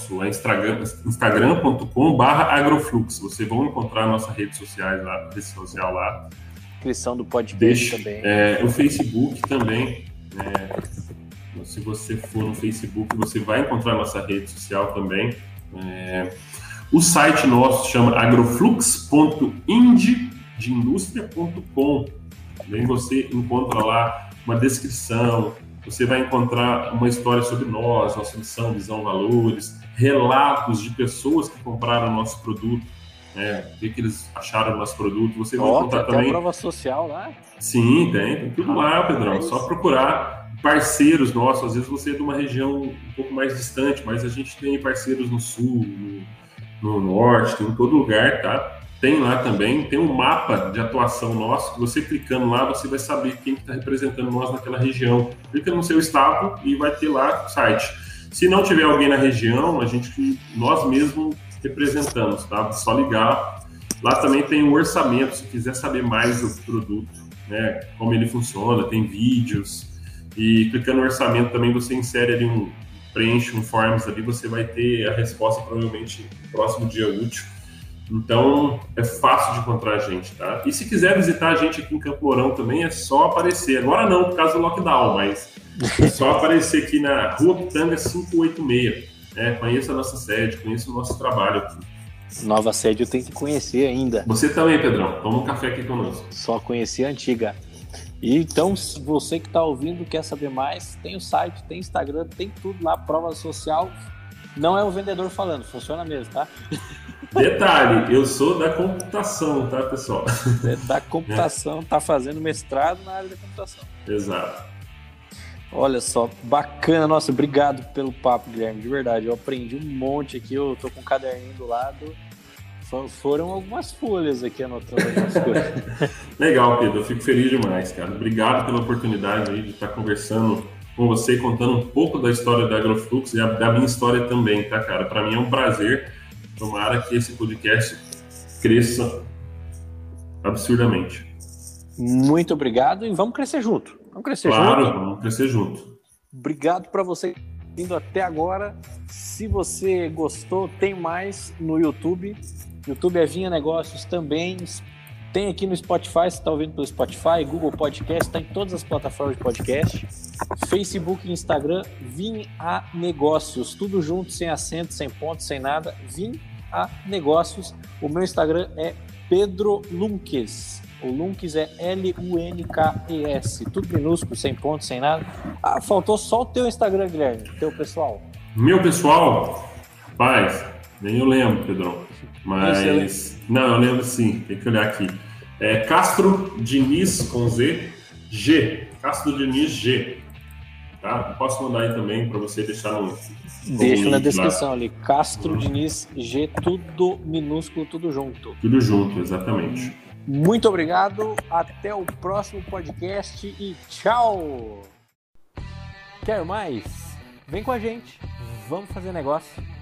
[SPEAKER 2] instagram.com/agroflux. Vocês vão encontrar a nossa rede social lá.
[SPEAKER 1] Descrição do podcast também.
[SPEAKER 2] O Facebook também. Se você for no Facebook, você vai encontrar a nossa rede social também. O site nosso chama agroflux.indie.com. Também você encontra lá uma descrição, você vai encontrar uma história sobre nós, nossa missão, visão, valores, relatos de pessoas que compraram o nosso produto, o que eles acharam do nosso produto. Você vai encontrar
[SPEAKER 1] tem
[SPEAKER 2] também
[SPEAKER 1] a prova social lá?
[SPEAKER 2] Sim, tem tudo lá, Pedrão. É só procurar parceiros nossos. Às vezes você é de uma região um pouco mais distante, mas a gente tem parceiros no sul, no norte, tem em todo lugar, tá? Tem lá também, tem um mapa de atuação nosso, que você clicando lá, você vai saber quem está representando nós naquela região. Clica no seu estado e vai ter lá o site. Se não tiver alguém na região, nós mesmos representamos, tá? Só ligar. Lá também tem um orçamento, se quiser saber mais do produto, né? Como ele funciona, tem vídeos. E clicando no orçamento também você insere ali preenche um forms ali, você vai ter a resposta provavelmente no próximo dia útil. Então, é fácil de encontrar a gente, tá? E se quiser visitar a gente aqui em Campo Mourão também, é só aparecer. Agora não, por causa do lockdown, mas é só aparecer aqui na Rua Pitanga 586. Conheça a nossa sede, conheça o nosso trabalho aqui.
[SPEAKER 1] Nova sede eu tenho que conhecer ainda.
[SPEAKER 2] Você também, Pedrão. Toma um café aqui conosco.
[SPEAKER 1] Só conhecer a antiga. E então, se você que está ouvindo quer saber mais, tem o site, tem Instagram, tem tudo lá, prova social. Não é o vendedor falando, funciona mesmo, tá?
[SPEAKER 2] Detalhe, eu sou da computação, tá, pessoal?
[SPEAKER 1] É da computação, tá fazendo mestrado na área da computação.
[SPEAKER 2] Exato.
[SPEAKER 1] Olha só, bacana. Nossa, obrigado pelo papo, Guilherme, de verdade. Eu aprendi um monte aqui, eu tô com um caderninho do lado. Foram algumas folhas aqui anotando algumas coisas.
[SPEAKER 2] Legal, Pedro, eu fico feliz demais, cara. Obrigado pela oportunidade aí de estar conversando com você, contando um pouco da história da Agroflux e da minha história também, tá, cara? Para mim é um prazer. Tomara que esse podcast cresça absurdamente.
[SPEAKER 1] Muito obrigado e vamos crescer junto. Vamos crescer junto.
[SPEAKER 2] Claro, vamos crescer junto.
[SPEAKER 1] Obrigado para você indo até agora. Se você gostou, tem mais no YouTube. YouTube é Vinha Negócios também. Tem aqui no Spotify, você está ouvindo pelo Spotify, Google Podcast, está em todas as plataformas de podcast. Facebook e Instagram, Vinha Negócios. Tudo junto, sem acento, sem ponto, sem nada. Vinha Negócios. O meu Instagram é Pedro Lunques. O Lunques é Lunkes. Tudo minúsculo, sem ponto, sem nada. Faltou só o teu Instagram, Guilherme, teu pessoal.
[SPEAKER 2] Meu pessoal? Rapaz, nem eu lembro, Pedrão. Mas... Não, eu lembro sim. Tem que olhar aqui. É Castro Diniz com Z, G. Castro Diniz G. Tá? Posso mandar aí também para você deixar no...
[SPEAKER 1] Deixa na descrição lá. Ali. Castro Diniz G, tudo minúsculo, tudo junto.
[SPEAKER 2] Tudo junto, exatamente.
[SPEAKER 1] Muito obrigado. Até o próximo podcast e tchau! Quer mais? Vem com a gente. Vamos fazer negócio.